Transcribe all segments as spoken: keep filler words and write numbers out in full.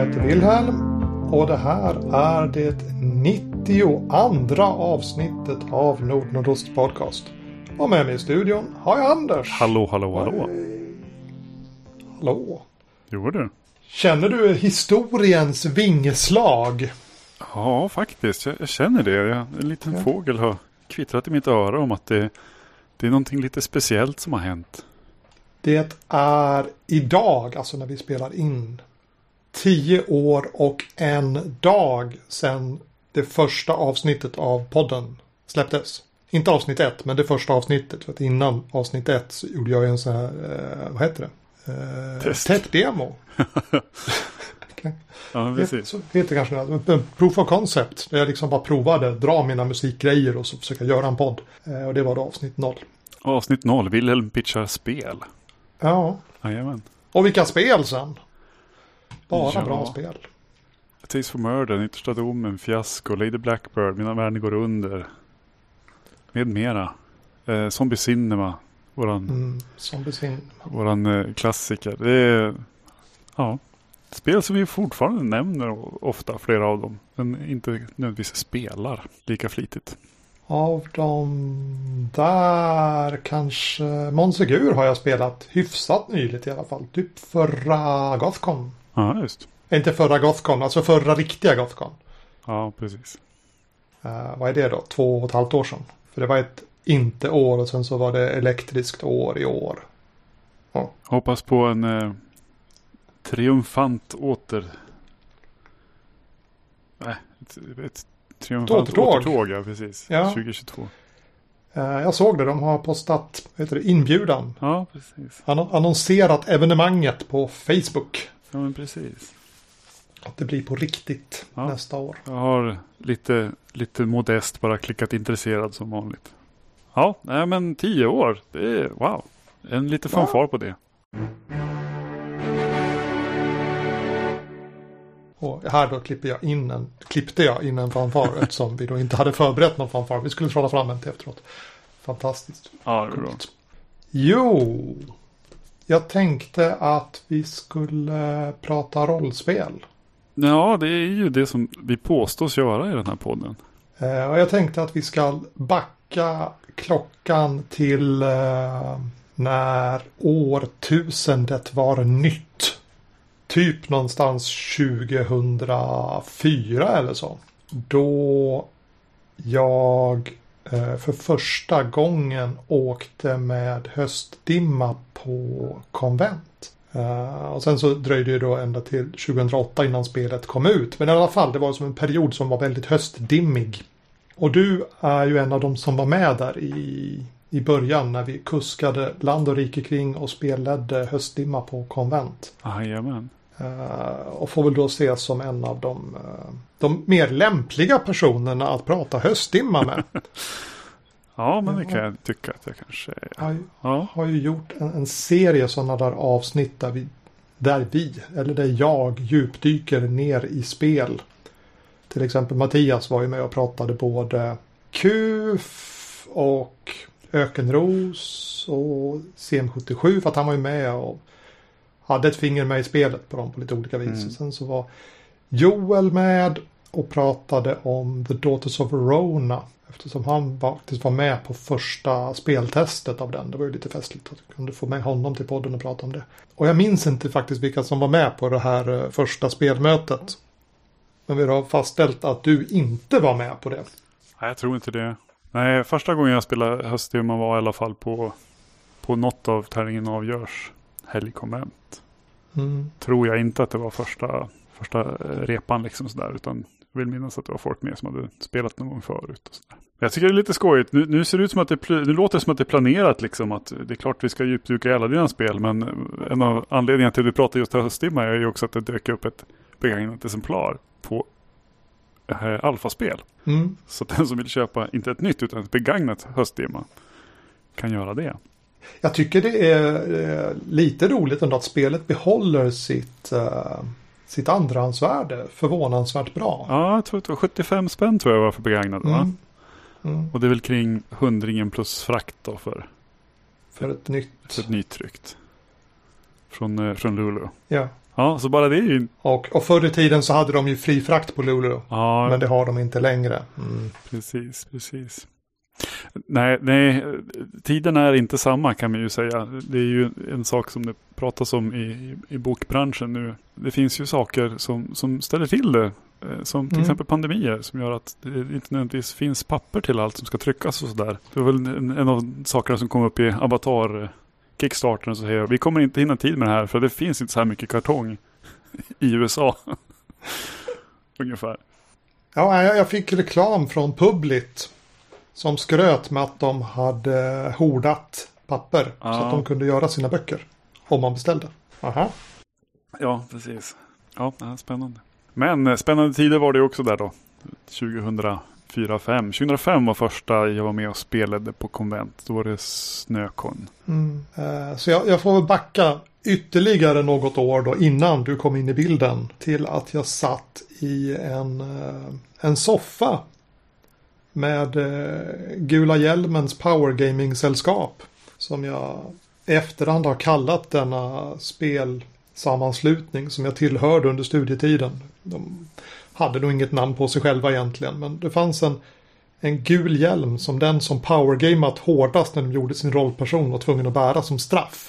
Jag heter Wilhelm och det här är det nittioandra avsnittet av Nord Nordost podcast. Och med mig i studion har jag Anders. Hallå, hallå, hallå. Hej. Hallå. Jo du. Känner du historiens vingeslag? Ja, faktiskt. Jag, jag känner det. Jag, en liten ja. fågel har kvittrat i mitt öra om att det, det är någonting lite speciellt som har hänt. Det är idag, alltså när vi spelar in, tio år och en dag sedan det första avsnittet av podden släpptes. Inte avsnitt ett, men det första avsnittet. För att innan avsnitt ett så gjorde jag en sån här, eh, vad heter det? Eh, Test. Tech-demo. Okay. Ja, precis. Så heter det kanske Proof of Concept. Där jag liksom bara provade, dra mina musikgrejer och så försöka göra en podd. Eh, och det var då avsnitt noll. Avsnitt noll, Wilhelm pitchar spel. Ja. Jajamän. Och vilka spel sen? Bara ja. bra spel. Taste for Murder, Yttersta Domen, Fiasko, Lady Blackbird, Mina världar går under. Med mera. Eh, Zombie Cinema. Våran, mm, Zombie Cinema. Våran eh, klassiker. Det är ja, spel som vi fortfarande nämner ofta, flera av dem. Men inte nödvändigtvis spelar lika flitigt. Av de där kanske Monsegur har jag spelat hyfsat nyligt i alla fall. Typ förra Gothcon. Ja, just. Inte förra Gothcon, alltså förra riktiga Gothcon. Ja, precis. Uh, vad är det då? Två och ett halvt år sedan. För det var ett inte-år och sen så var det elektriskt år i år. Ja. Hoppas på en eh, triumfant åter... Nej, ett, ett triumfant återtåg. återtåg, ja, precis. Ja. tjugohundratjugotvå. Uh, jag såg det, de har postat vad heter det, inbjudan. Ja, precis. Annon- annonserat evenemanget på Facebook. Ja, men precis. Att det blir på riktigt ja. nästa år. Jag har lite, lite modest bara klickat intresserad som vanligt. Ja, nej men tio år. Det är, wow. En lite fanfar ja. på det. Och här då klipper jag in en, klippte jag in en fanfar eftersom vi då inte hade förberett någon fanfar. Vi skulle trolla fram en till efteråt. Fantastiskt. Ja, det är bra. Jo, jag tänkte att vi skulle prata rollspel. Ja, det är ju det som vi påstås göra i den här podden. Eh, och jag tänkte att vi ska backa klockan till eh, när årtusendet var nytt. Typ någonstans tjugohundrafyra eller så. Då jag eh, för första gången åkte med höstdimma på konvent. Uh, och sen så dröjde det då ända till tjugohundraåtta innan spelet kom ut. Men i alla fall, det var som en period som var väldigt höstdimmig. Och du är ju en av dem som var med där i, i början när vi kuskade land och rike kring och spelade höstdimma på konvent. Jajamän. Uh, och får väl då ses som en av de, uh, de mer lämpliga personerna att prata höstdimma med. Ja, men det kan jag tycka att jag kanske är. Jag ja. har ju gjort en, en serie sådana där avsnitt där vi, där vi, eller där jag djupdyker ner i spel. Till exempel Mattias var ju med och pratade både Q F och Ökenros och C M sjuttiosju för att han var ju med och hade ett finger med i spelet på dem på lite olika vis. Mm. Sen så var Joel med och pratade om The Daughters of Verona. Eftersom han faktiskt var med på första speltestet av den. Det var ju lite festligt att du kunde få med honom till podden och prata om det. Och jag minns inte faktiskt vilka som var med på det här första spelmötet. Men vi har fastställt att du inte var med på det. Nej, jag tror inte det. Nej, första gången jag spelade höstdimma var i alla fall på, på något av Tärningen avgörs helgkonvent. Mm. Tror jag inte att det var första, första repan liksom sådär, utan jag vill minnas att det var folk med som hade spelat någon gång förut. Och sådär. Men jag tycker det är lite skojigt. Nu, nu ser det ut som att det, nu låter det som att det är planerat liksom, att det är klart vi ska djupdyka i alla dina spel, men en av anledningarna till att vi pratar just höstdimma är ju också att det dök upp ett begagnat exemplar på äh, alfaspel. Mm. Så den som vill köpa inte ett nytt utan ett begagnat höstdimma kan göra det. Jag tycker det är eh, lite roligt ändå att spelet behåller sitt, eh, sitt andrahandsvärde förvånansvärt bra. Ja, jag tror att det var sjuttiofem spänn tror jag var för begagnat, va? Mm. Mm. Och det är väl kring hundringen plus frakt då för, för, ett nytt för ett nytryckt. Från, eh, från Luleå. Ja. Ja, så bara det är ju... Och, och förr i tiden så hade de ju fri frakt på Lulu. Ja. Men det har de inte längre. Mm. Precis, precis. Nej, nej, tiden är inte samma kan man ju säga. Det är ju en sak som det pratas om i, i bokbranschen nu. Det finns ju saker som, som ställer till det. Som till mm. exempel pandemier som gör att det inte nödvändigtvis finns papper till allt som ska tryckas och sådär. Det var väl en, en av sakerna som kom upp i Avatar Kickstarter, så säger jag, vi kommer inte hinna tid med det här för det finns inte så här mycket kartong i U S A. Ungefär. Ja, jag fick reklam från Publit som skröt med att de hade hordat papper ja. Så att de kunde göra sina böcker om man beställde. Aha. Ja, precis. Ja, det är spännande. Men spännande tider var det också där då. tjugohundrafyra fem tjugohundrafem var första jag var med och spelade på konvent. Då var det Snökon. Mm. Eh, så jag, jag får väl backa ytterligare något år då innan du kom in i bilden till att jag satt i en, eh, en soffa med eh, Gula Hjälmens Power Gaming-sällskap som jag i efterhand har kallat denna spelsammanslutning som jag tillhörde under studietiden. De hade nog inget namn på sig själva egentligen, men det fanns en, en gul hjälm som den som powergamat hårdast när de gjorde sin rollperson var tvungen att bära som straff.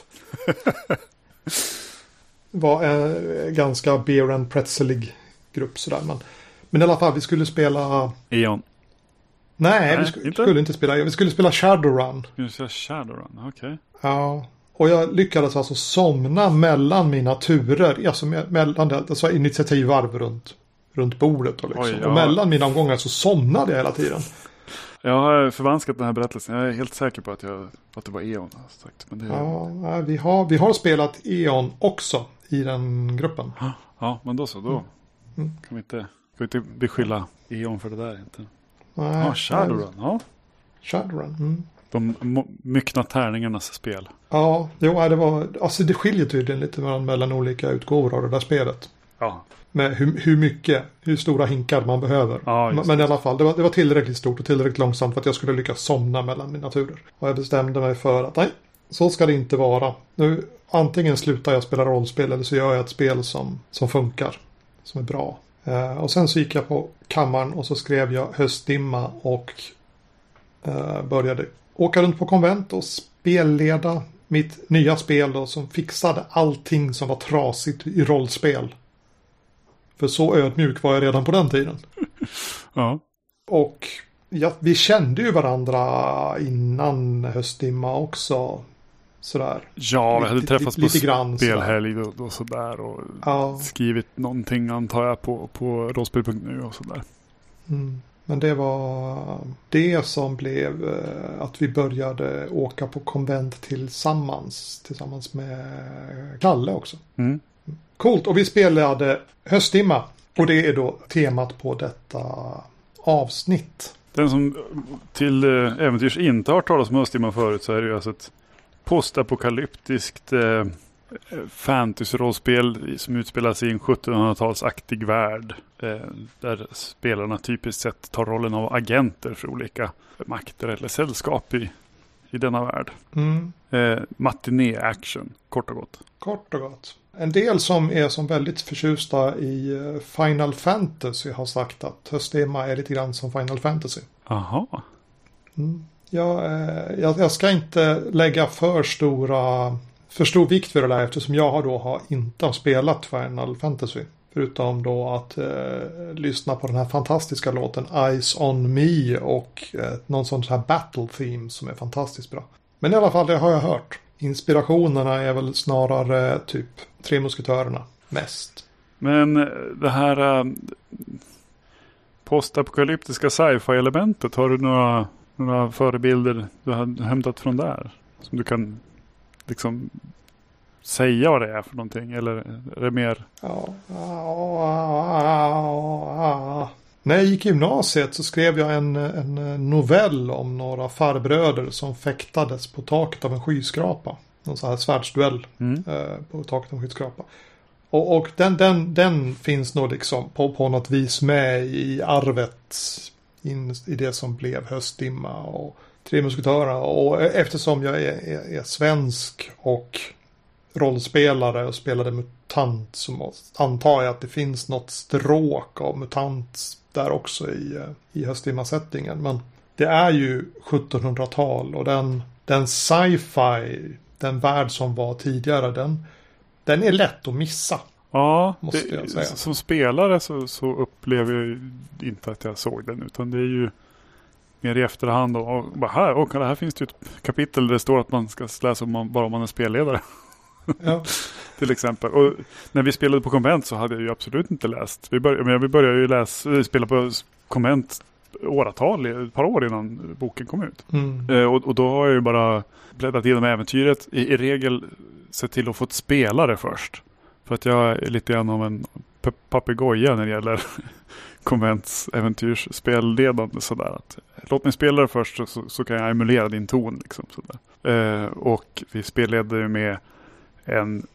Det var en ganska beer and pretzelig grupp sådär, men, men i alla fall vi skulle spela Eon. Nej, Nej vi sk- inte? skulle inte spela Vi skulle spela Shadowrun. Vi skulle spela Shadowrun, okej. Okay. Ja, och jag lyckades alltså somna mellan mina turer. Alltså mellan det, alltså initiativvarv runt, runt bordet. Och, liksom. Oj, ja. Och mellan mina omgångar så somnade jag hela tiden. Jag har förvanskat den här berättelsen. Jag är helt säker på att, jag, att det var Eon. Sagt. Men det är... Ja, vi har, vi har spelat Eon också i den gruppen. Ja, men då så. Då mm. kan vi inte, kan vi inte beskylla Eon för det där inte. Nej, ja, Shadowrun. Ja. Shadowrun. Mm. De myckna tärningarnas spel. Ja, jo, det var, alltså det skiljer tydligen lite mellan, mellan olika utgåvor av det där spelet. Ja. Med hur, hur mycket, hur stora hinkar man behöver. Ja, men, men i alla fall, det var, det var tillräckligt stort och tillräckligt långsamt för att jag skulle lyckas somna mellan mina turer. Och jag bestämde mig för att nej, så ska det inte vara. Nu antingen slutar jag spela rollspel eller så gör jag ett spel som, som funkar. Som är bra. Uh, och sen så gick jag på kammaren och så skrev jag höstdimma och uh, började åka runt på konvent och spelleda mitt nya spel då, som fixade allting som var trasigt i rollspel. För så ödmjuk var jag redan på den tiden. Ja. Och ja, vi kände ju varandra innan höstdimma också. Sådär. Ja, vi hade lite, träffats lite, på grann, spelhelg och, och sådär. Och ja. Skrivit någonting antar jag på, på rollspel punkt nu och sådär. Mm. Men det var det som blev att vi började åka på konvent tillsammans. Tillsammans med Kalle också. Mm. Coolt. Och vi spelade höstdimma. Och det är då temat på detta avsnitt. Den som till äventyrs inte har talat om höstdimma förut så är det ju alltså ett postapokalyptiskt eh, fantasy-rollspel som utspelar sig i en sjuttonhundratalsaktig värld. Eh, där spelarna typiskt sett tar rollen av agenter för olika makter eller sällskap i, i denna värld. Mm. Eh, matiné-action, kort och gott. Kort och gott. En del som är som väldigt förtjusta i Final Fantasy har sagt att höstdimma är lite grann som Final Fantasy. Aha. Mm. Jag, jag, jag ska inte lägga för stora för stor vikt vid det där eftersom jag har då har inte har spelat Final Fantasy. Förutom då att eh, lyssna på den här fantastiska låten Eyes on Me och eh, någon sån här battle theme som är fantastiskt bra. Men i alla fall det har jag hört. Inspirationerna är väl snarare typ Tre musketörerna mest. Men det här äh, postapokalyptiska sci-fi-elementet, har du några, några förebilder du har hämtat från där? Som du kan liksom säga vad det är för någonting? Eller är det mer... Ja, ja, ja, ja. När jag gick i gymnasiet så skrev jag en, en novell om några farbröder som fäktades på taket av en skyskrapa. Någon sån här svärdsduell mm. eh, på taket av en skyskrapa. Och, och den, den, den finns nog liksom på, på något vis med i arvet in, i det som blev höstdimma och Tre musketörerna. Och eftersom jag är, är, är svensk och rollspelare och spelade mutant så antar jag att det finns något stråk av mutant där också i, i Höstdimma-settingen. Men det är ju sjuttonhundratal och den, den sci-fi, den värld som var tidigare, den, den är lätt att missa. Ja, måste det, jag säga. Som spelare så, så upplever jag inte att jag såg den, utan det är ju mer i efterhand och, och bara här, och här finns det ju ett kapitel där det står att man ska läsa om man, bara om man är spelledare. Ja. Till exempel. Och när vi spelade på konvent så hade jag ju absolut inte läst. Vi, började, men vi började ju läsa, spela på konvent åratal, ett par år innan boken kom ut. Mm. Eh, och, och då har jag ju bara bläddrat igenom äventyret. I, I regel sett till att få ett spelare först. För att jag är lite grann av en papegoja när det gäller konvents äventyrsspelledande sådär. Att, låt mig spela det först så, så kan jag emulera din ton. Liksom, sådär. Eh, och vi spelledde ju med en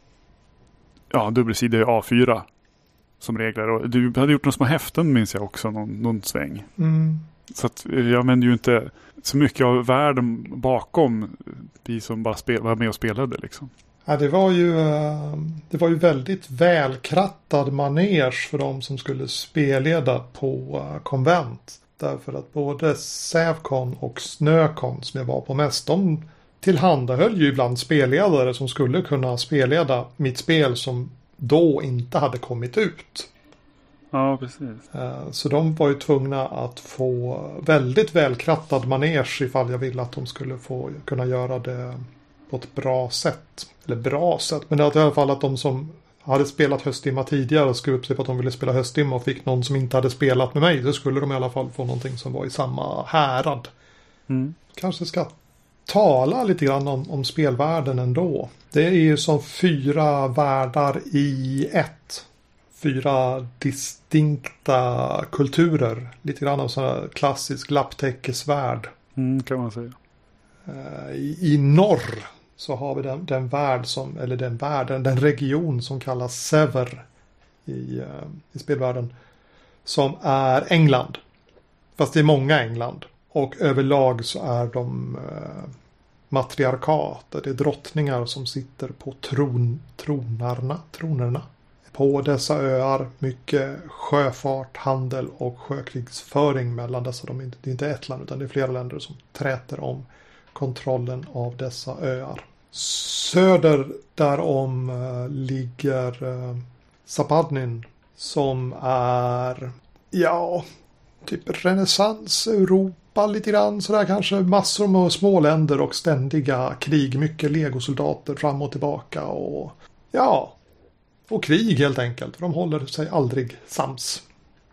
ja, dubbelsidig A fyra som regler. Och du hade gjort några små häften minns jag också, någon, någon sväng. Mm. Så att jag använde ju inte så mycket av världen bakom vi som bara spel, var med och spelade liksom. Ja, det var ju det var ju väldigt välkrattad manege för de som skulle spelleda på konvent. Därför att både Sävkon och Snökon som jag var på mest, de tillhandahöll ju ibland spelledare som skulle kunna spelleda mitt spel som då inte hade kommit ut. Ja, precis. Så de var ju tvungna att få väldigt välkrattad manege ifall jag ville att de skulle få kunna göra det på ett bra sätt. Eller bra sätt, men det var i alla fall att de som hade spelat Höstdimma tidigare och skrev upp sig på att de ville spela Höstdimma och fick någon som inte hade spelat med mig, så skulle de i alla fall få någonting som var i samma härad. Mm. Kanske ska tala lite grann om, om spelvärlden ändå. Det är ju som fyra världar i ett. Fyra distinkta kulturer. Lite grann av sån här klassisk lapptäckesvärld. Mm, kan man säga. I, i norr så har vi den, den värld som, eller den världen, den region som kallas Sever i, i spelvärlden. Som är England. Fast det är många England. Och överlag så är de eh, matriarkat. Det är drottningar som sitter på tron, tronarna, tronerna. På dessa öar mycket sjöfart, handel och sjökrigsföring mellan dessa. De är inte, det är inte ett land utan det är flera länder som träter om kontrollen av dessa öar. Söder därom eh, ligger eh, Zapadnin som är ja, typ renässans Europa lite grann sådär kanske. Massor med småländer och ständiga krig. Mycket legosoldater fram och tillbaka och ja, och krig helt enkelt. För de håller sig aldrig sams.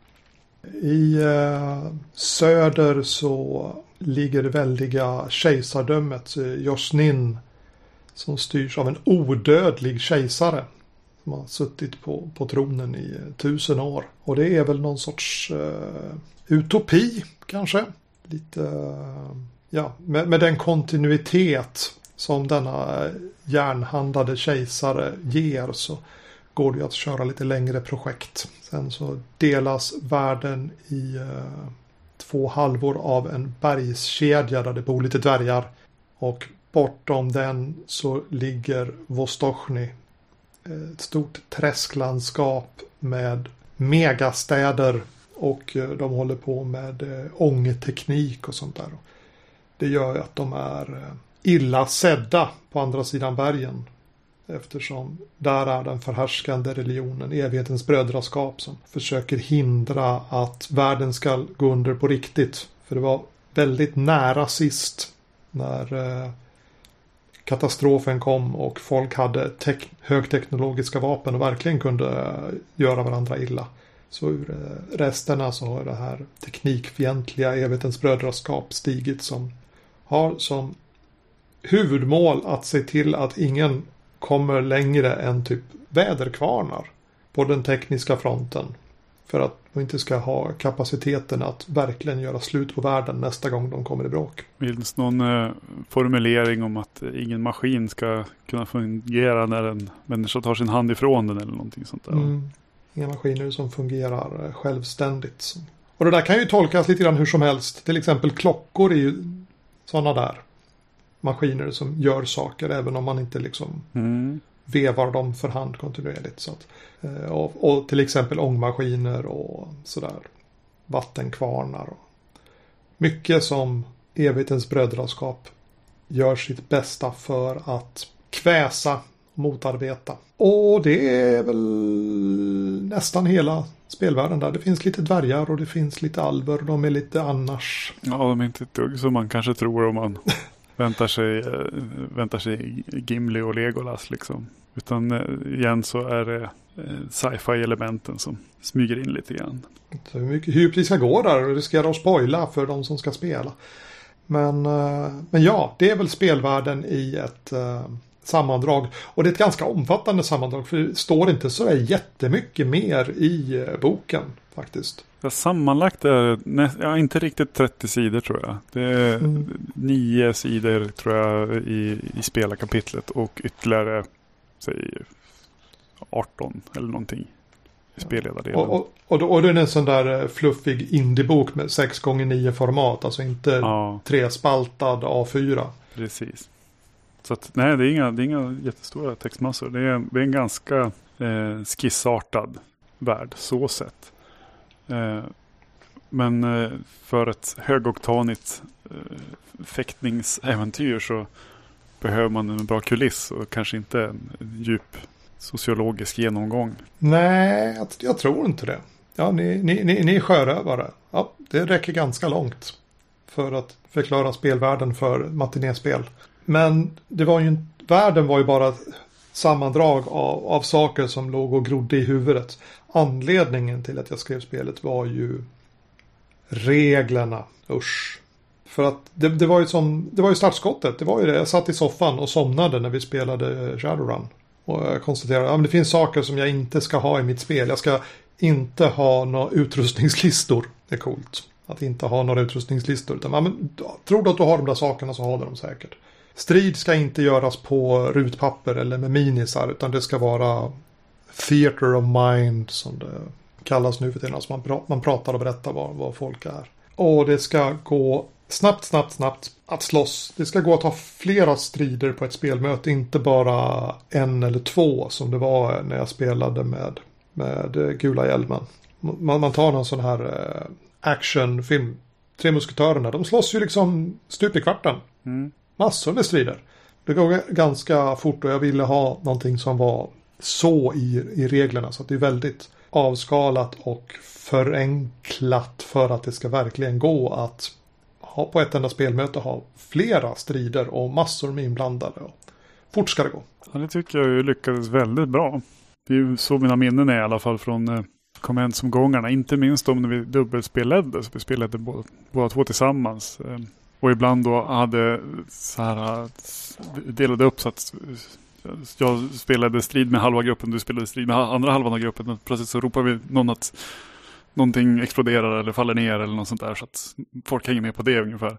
I eh, söder så ligger det väldiga kejsardömet Josnin som styrs av en odödlig kejsare som har suttit på, på tronen i tusen år. Och det är väl någon sorts eh, utopi kanske. Lite, eh, ja, med, med den kontinuitet som denna järnhandade kejsare ger så går det ju att köra lite längre projekt. Sen så delas världen i eh, två halvor av en bergskedja där det bor lite dvärgar. Och bortom den så ligger Vostochny. Ett stort träsklandskap med megastäder och de håller på med ångteknik och sånt där. Det gör ju att de är illa sedda på andra sidan bergen. Eftersom där är den förhärskande religionen, evighetens brödraskap, som försöker hindra att världen ska gå under på riktigt. För det var väldigt nära sist när eh, katastrofen kom och folk hade tek- högteknologiska vapen och verkligen kunde eh, göra varandra illa. Så ur eh, resterna så har det här teknikfientliga evighetens brödraskap stigit som har som huvudmål att se till att ingen kommer längre än typ väderkvarnar på den tekniska fronten. För att de inte ska ha kapaciteten att verkligen göra slut på världen nästa gång de kommer i bråk. Finns någon eh, formulering om att ingen maskin ska kunna fungera när en människa tar sin hand ifrån den eller någonting sånt där? Mm. Inga maskiner som fungerar självständigt. Och det där kan ju tolkas lite grann hur som helst. Till exempel klockor är ju sådana där maskiner som gör saker även om man inte liksom mm. vevar dem för hand kontinuerligt. Så att, och, och till exempel ångmaskiner och sådär. Vattenkvarnar. Och mycket som evighetens brödraskap gör sitt bästa för att kväsa, motarbeta. Och det är väl nästan hela spelvärlden där. Det finns lite dvärgar och det finns lite alver. De är lite annars. Ja, de är inte ett dugg som man kanske tror om man väntar sig, väntar sig Gimli och Legolas liksom. Utan igen så är det sci-fi elementen som smyger in lite grann. Så hur mycket hur vi ska gå där och riskerar att spoila för de som ska spela. Men, men ja, det är väl spelvärlden i ett uh, sammandrag. Och det är ett ganska omfattande sammandrag. För det står inte så jättemycket mer i uh, boken faktiskt. Ja, sammanlagt är det ja, inte riktigt trettio sidor tror jag. Det är mm. nio sidor tror jag i, i spelarkapitlet. Och ytterligare säg, arton eller någonting i spelledardelen. Och, och, och, då, och det är en sån där fluffig indiebok med sex gånger nio format. Alltså inte ja. trespaltad A fyra. Precis. Så att, nej, det är, inga, det är inga jättestora textmassor. Det är, det är en ganska eh, skissartad värld, så sett. Eh, men eh, för ett högoktanigt eh, fäktningsäventyr så behöver man en bra kuliss och kanske inte en, en djup sociologisk genomgång. Nej, jag, jag tror inte det. Ja, ni, ni, ni, ni är sjörövare. Ja, det räcker ganska långt för att förklara spelvärlden för matinéspel. Men det var ju, världen var ju bara ett sammandrag av, av saker som låg och grodde i huvudet. Anledningen till att jag skrev spelet var ju reglerna. Usch. För att det, det var ju som, det var ju startskottet. Det var ju det. Jag satt i soffan och somnade när vi spelade Shadowrun. Och jag konstaterade att ja, det finns saker som jag inte ska ha i mitt spel. Jag ska inte ha några utrustningslistor. Det är coolt. Att inte ha några utrustningslistor. Utan, ja, men, tror du att du har de där sakerna så har du dem säkert. Strid ska inte göras på rutpapper eller med minisar. Utan det ska vara theater of mind som det kallas nu för tiden. Alltså man, pra- man pratar och berättar vad, vad folk är. Och det ska gå snabbt, snabbt, snabbt att slåss. Det ska gå att ha flera strider på ett spelmöte. Inte bara en eller två som det var när jag spelade med, med Gula hjälmen. Man, man tar någon sån här eh, actionfilm. Tre musketörerna. De slåss ju liksom stup i kvarten. Mm. Massor med strider. Det går ganska fort och jag ville ha någonting som var så i, i reglerna. Så att det är väldigt avskalat och förenklat för att det ska verkligen gå att ha på ett enda spelmöte ha flera strider och massor med inblandade. Och fort ska det gå. Ja, det tycker jag lyckades väldigt bra. Det är ju så mina minnen är i alla fall från eh, konventsomgångarna. Inte minst om när vi dubbelspelade. Så vi spelade båda, båda två tillsammans. Eh, och ibland då hade så här delade upp så att jag spelade strid med halva gruppen, du spelade strid med andra halvan av gruppen. Och plötsligt så ropar vi någon att någonting exploderar eller faller ner eller något sånt där så att folk hänger med på det ungefär.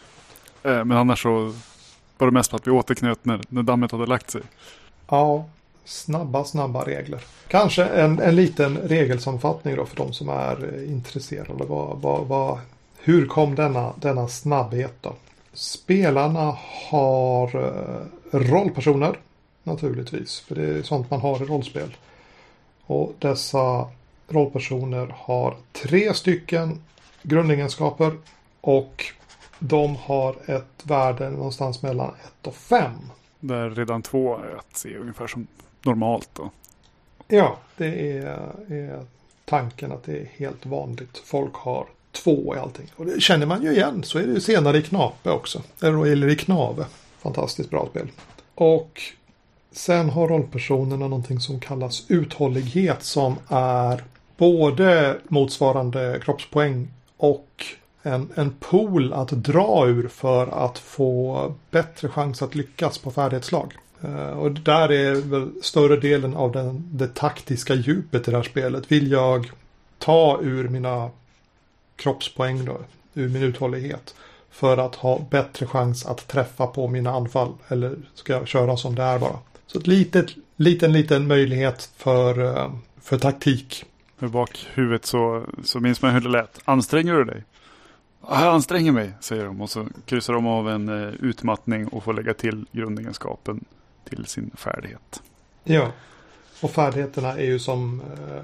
Eh, men annars så var det mest på att vi återknöt när, när dammet hade lagt sig. Ja, snabba, snabba regler. Kanske en, en liten regelsomfattning då för de som är intresserade. Vad, vad, vad, hur kom denna, denna snabbhet då? Spelarna har eh, rollpersoner naturligtvis. För det är sånt man har i rollspel. Och dessa rollpersoner har tre stycken grundegenskaper och de har ett värde någonstans mellan ett och fem. Där redan två är att se ungefär som normalt då. Ja, det är, är tanken att det är helt vanligt. Folk har två i allting. Och det känner man ju igen, så är det ju senare i Knape också. Eller i Knave. Fantastiskt bra spel. Och sen har rollpersonerna någonting som kallas uthållighet som är både motsvarande kroppspoäng och en, en pool att dra ur för att få bättre chans att lyckas på färdighetslag. Uh, och där är väl större delen av den, det taktiska djupet i det här spelet. Vill jag ta ur mina kroppspoäng då, ur min uthållighet för att ha bättre chans att träffa på mina anfall, eller ska jag köra som det är bara. Så ett litet, liten, liten möjlighet för, uh, för taktik. Med bakhuvudet så, så minns man hur det lät. Anstränger du dig? Jag anstränger mig, säger de. Och så kryssar de av en uh, utmattning och får lägga till grundegenskapen till sin färdighet. Ja, och färdigheterna är ju som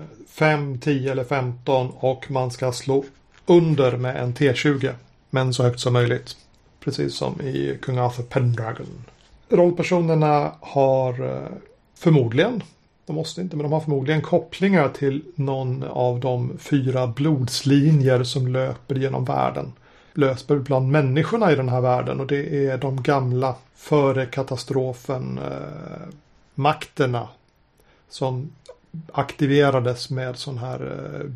fem, tio eller femton och man ska slå under med en T tjugo, men så högt som möjligt. Precis som i Kung Arthur Pendragon. Rollpersonerna har förmodligen, de måste inte, men de har förmodligen kopplingar till någon av de fyra blodslinjer som löper genom världen. Löper bland människorna i den här världen, och det är de gamla före katastrofen eh, makterna som aktiverades med sån här eh,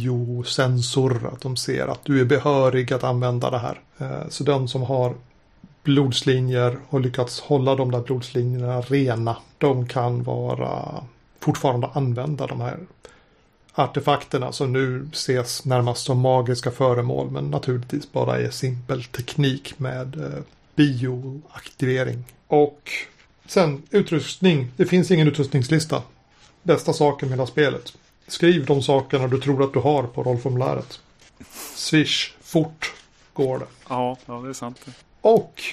biosensor, att de ser att du är behörig att använda det här. Eh, så de som har blodslinjer och lyckats hålla de där blodslinjerna rena, de kan vara fortfarande använda de här artefakterna som nu ses närmast som magiska föremål, men naturligtvis bara är simpel teknik med eh, bioaktivering. Och sen utrustning. Det finns ingen utrustningslista. Bästa saken med hela spelet. Skriv de sakerna du tror att du har på rollformuläret. Swish, fort går det. Ja, ja, det är sant. Och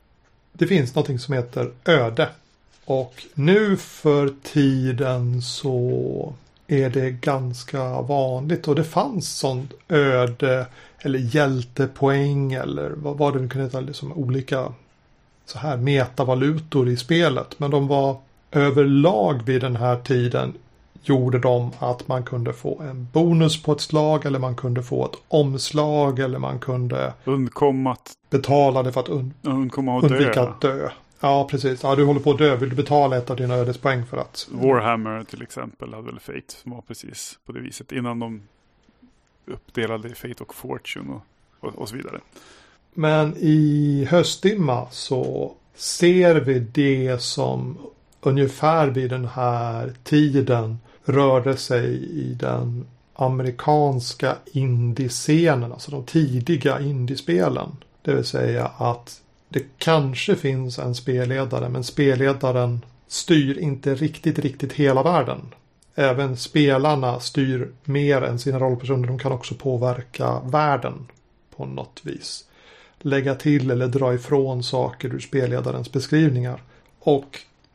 det finns någonting som heter öde. Och nu för tiden så är det ganska vanligt, och det fanns sånt öde eller hjältepoäng eller vad var det nu kunde heta, liksom olika så här metavalutor i spelet, men de var överlag vid den här tiden gjorde de att man kunde få en bonus på ett slag, eller man kunde få ett omslag, eller man kunde undkomma att betala det för att und- undkomma att undvika dö. att dö. Ja, precis. Ja, du håller på att dö. Vill du betala ett av dina ödespoäng för att... Warhammer till exempel hade väl Fate som var precis på det viset. Innan de uppdelade Fate och Fortune och, och, och så vidare. Men i Höstdimma så ser vi det som ungefär vid den här tiden rörde sig i den amerikanska indiescenen. Alltså de tidiga indiespelen. Det vill säga att det kanske finns en spelledare, men spelledaren styr inte riktigt, riktigt hela världen. Även spelarna styr mer än sina rollpersoner. De kan också påverka världen på något vis. Lägga till eller dra ifrån saker ur spelledarens beskrivningar. Och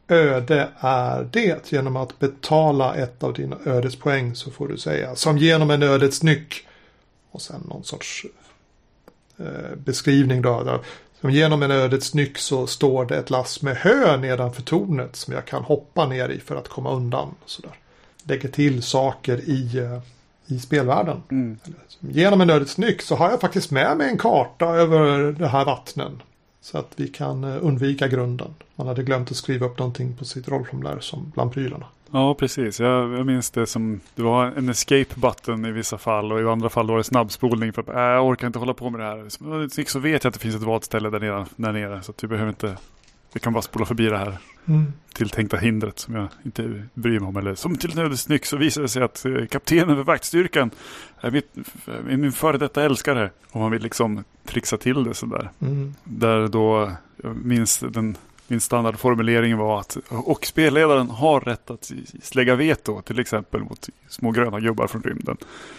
öde är det. Genom att betala ett av dina ödespoäng så får du säga som genom en ödets nyck. Och sen någon sorts eh, beskrivning då. Där. Som genom en ödets nyck så står det ett lass med hö nedanför tornet som jag kan hoppa ner i för att komma undan. Sådär. Lägger till saker i, i spelvärlden. Mm. Genom en ödets nyck så har jag faktiskt med mig en karta över det här vattnen. Så att vi kan undvika grunden. Man hade glömt att skriva upp någonting på sitt rollformulär som bland prylarna. Ja, precis. Jag, jag minns det som det var en escape-button i vissa fall, och i andra fall var det snabbspolning för att äh, jag orkar inte hålla på med det här. Så vet jag att det finns ett valt ställe där nere, där nere så att vi behöver inte, vi kan bara spola förbi det här mm. tilltänkta hindret som jag inte bryr mig om. Eller som till nödesnyck så visar det sig att kaptenen för vaktstyrkan är mitt, min före detta älskare. Och man vill liksom trixa till det sådär. Mm. Där då, jag minns den Min standardformulering var att och spelledaren har rätt att slägga veto till exempel mot små gröna gubbar från rymden.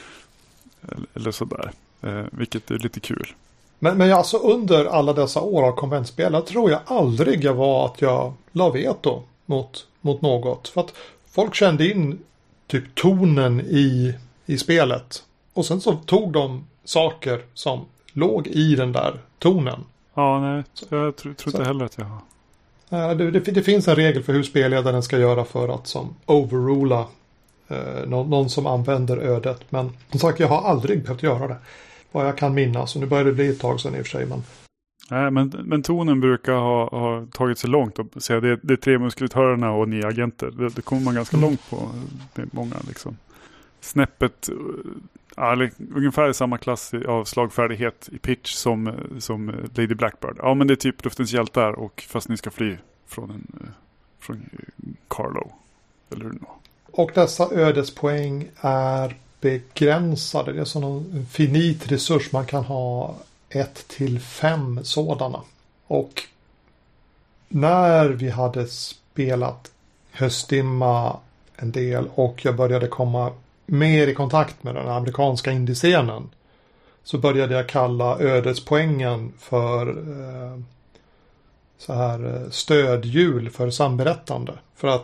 Eller, eller sådär. Eh, vilket är lite kul. Men, men alltså under alla dessa år av konventspel tror jag aldrig jag var att jag la veto mot, mot något. För att folk kände in typ tonen i, i spelet. Och sen så tog de saker som låg i den där tonen. Ja, nej. Jag tror, tror inte heller att jag har. Det, det, det finns en regel för hur spelledaren ska göra för att som overrula eh, någon, någon som använder ödet. Men som sagt, jag har aldrig behövt göra det. Vad jag kan minnas. Och nu börjar det bli ett tag sedan i och för sig. Men, Nej, men, men tonen brukar ha, ha tagit sig långt. Och säga det, det är tre muskulitörerna och nio agenter. Det, det kommer man ganska mm. långt på med många. Liksom. Snäppet, ja, ungefär samma klass av slagfärdighet i pitch som, som Lady Blackbird. Ja, men det är typ luftens hjältar, och fast ni ska fly från, en, från Carlo. Eller hur nu? Och dessa ödespoäng är begränsade. Det är som en finit resurs. Man kan ha ett till fem sådana. Och när vi hade spelat Höstdimma en del och jag började komma mer i kontakt med den amerikanska indiescenen, så började jag kalla ödespoängen för eh, så här stödhjul för samberättande. För att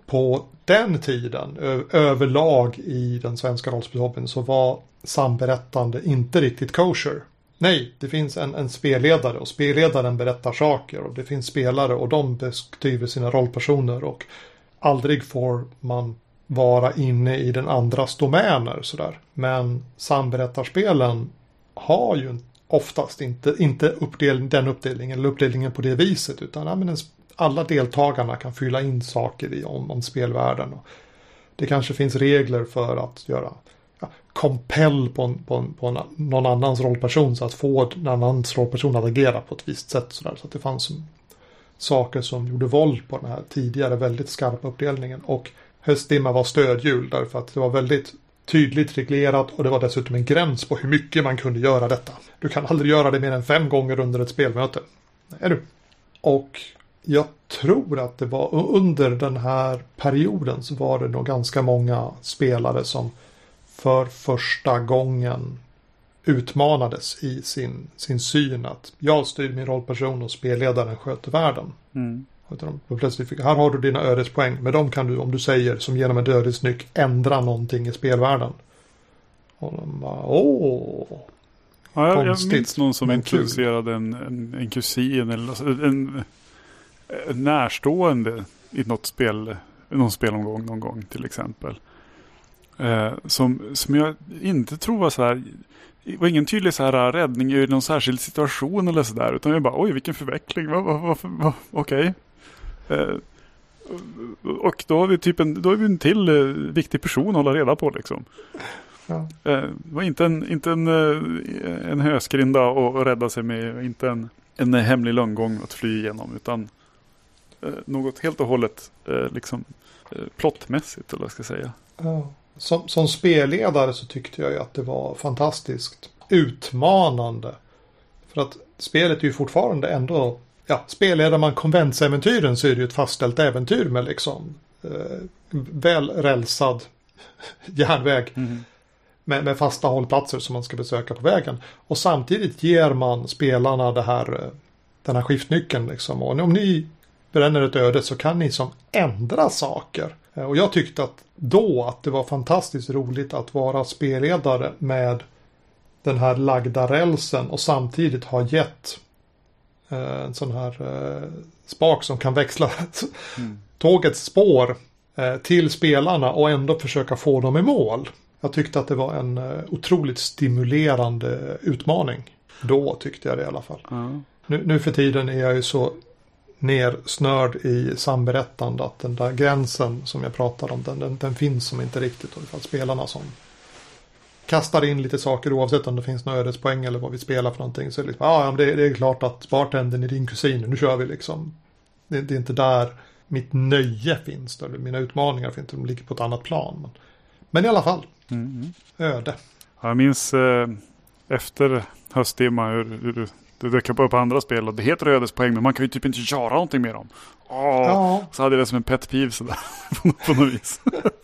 på den tiden ö- överlag i den svenska rollspelshobbyn så var samberättande inte riktigt kosher. Nej, det finns en, en spelledare och spelledaren berättar saker och det finns spelare och de beskriver sina rollpersoner och aldrig får man vara inne i den andras domäner sådär. Men samberättarspelen har ju oftast inte, inte uppdel, den uppdelningen eller uppdelningen på det viset utan ja, men alla deltagarna kan fylla in saker i om, om spelvärlden. Och det kanske finns regler för att göra ja, kompell på, en, på, en, på en, någon annans rollperson så att få en annans rollperson att agera på ett visst sätt. Så, där, så att det fanns saker som gjorde våld på den här tidigare väldigt skarpa uppdelningen. Och Höstdimma var stödhjul därför att det var väldigt tydligt reglerat och det var dessutom en gräns på hur mycket man kunde göra detta. Du kan aldrig göra det mer än fem gånger under ett spelmöte. Är du? Och jag tror att det var under den här perioden så var det nog ganska många spelare som för första gången utmanades i sin, sin syn att jag styr min rollperson och spelledaren sköter världen. Mm. Och plötsligt fick, här har du dina ödespoäng. Med dem kan du, om du säger som genom en ödesnyck, ändra någonting i spelvärlden. Och de bara, åh. Ja, jag, jag minns någon som introducerade en, en, en kusin eller en, en närstående i något spel, någon spelomgång någon gång till exempel. Eh, som, som jag inte tror var så här, det var ingen tydlig så här räddning i någon särskild situation eller sådär, utan jag bara, oj vilken förveckling, va, va, va, va, okej. Eh, och då har vi typ en, då är vi en till eh, viktig person att hålla reda på liksom. Ja. Eh, det var inte en, inte en, eh, en höskrinda att rädda sig med, inte en, en hemlig lönngång att fly igenom, utan eh, något helt och hållet eh, liksom eh, plottmässigt eller vad ska jag säga. Ja. Som, som spelledare så tyckte jag ju att det var fantastiskt utmanande. För att spelet är ju fortfarande ändå, ja, spelleder man konventsäventyren så är det ju ett fastställt äventyr med liksom eh, väl rälsad järnväg mm. med, med fasta hållplatser som man ska besöka på vägen. Och samtidigt ger man spelarna det här, den här skiftnyckeln liksom. Och om ni bränner ett öde så kan ni som ändra saker. Och jag tyckte att då att det var fantastiskt roligt att vara spelledare med den här lagda rälsen och samtidigt ha gett eh, en sån här eh, spak som kan växla mm. tågets spår eh, till spelarna och ändå försöka få dem i mål. Jag tyckte att det var en eh, otroligt stimulerande utmaning. Då tyckte jag det i alla fall. Mm. Nu, nu för tiden är jag ju så nersnörd i samberättande att den där gränsen som jag pratade om den, den, den finns som inte riktigt och det är spelarna som kastar in lite saker oavsett om det finns några ödespoäng eller vad vi spelar för någonting så är det, liksom, ah, det, det är klart att bartendern är din kusin, nu kör vi liksom det, det är inte där mitt nöje finns eller mina utmaningar finns, de ligger på ett annat plan men, men i alla fall mm. öde. Jag minns eh, efter Höstdimma hur, hur det dök upp på andra spel och det heter ödespoäng men man kan ju typ inte göra någonting med dem. Åh, ja. Så hade jag det som en pet peeve sådär på något vis.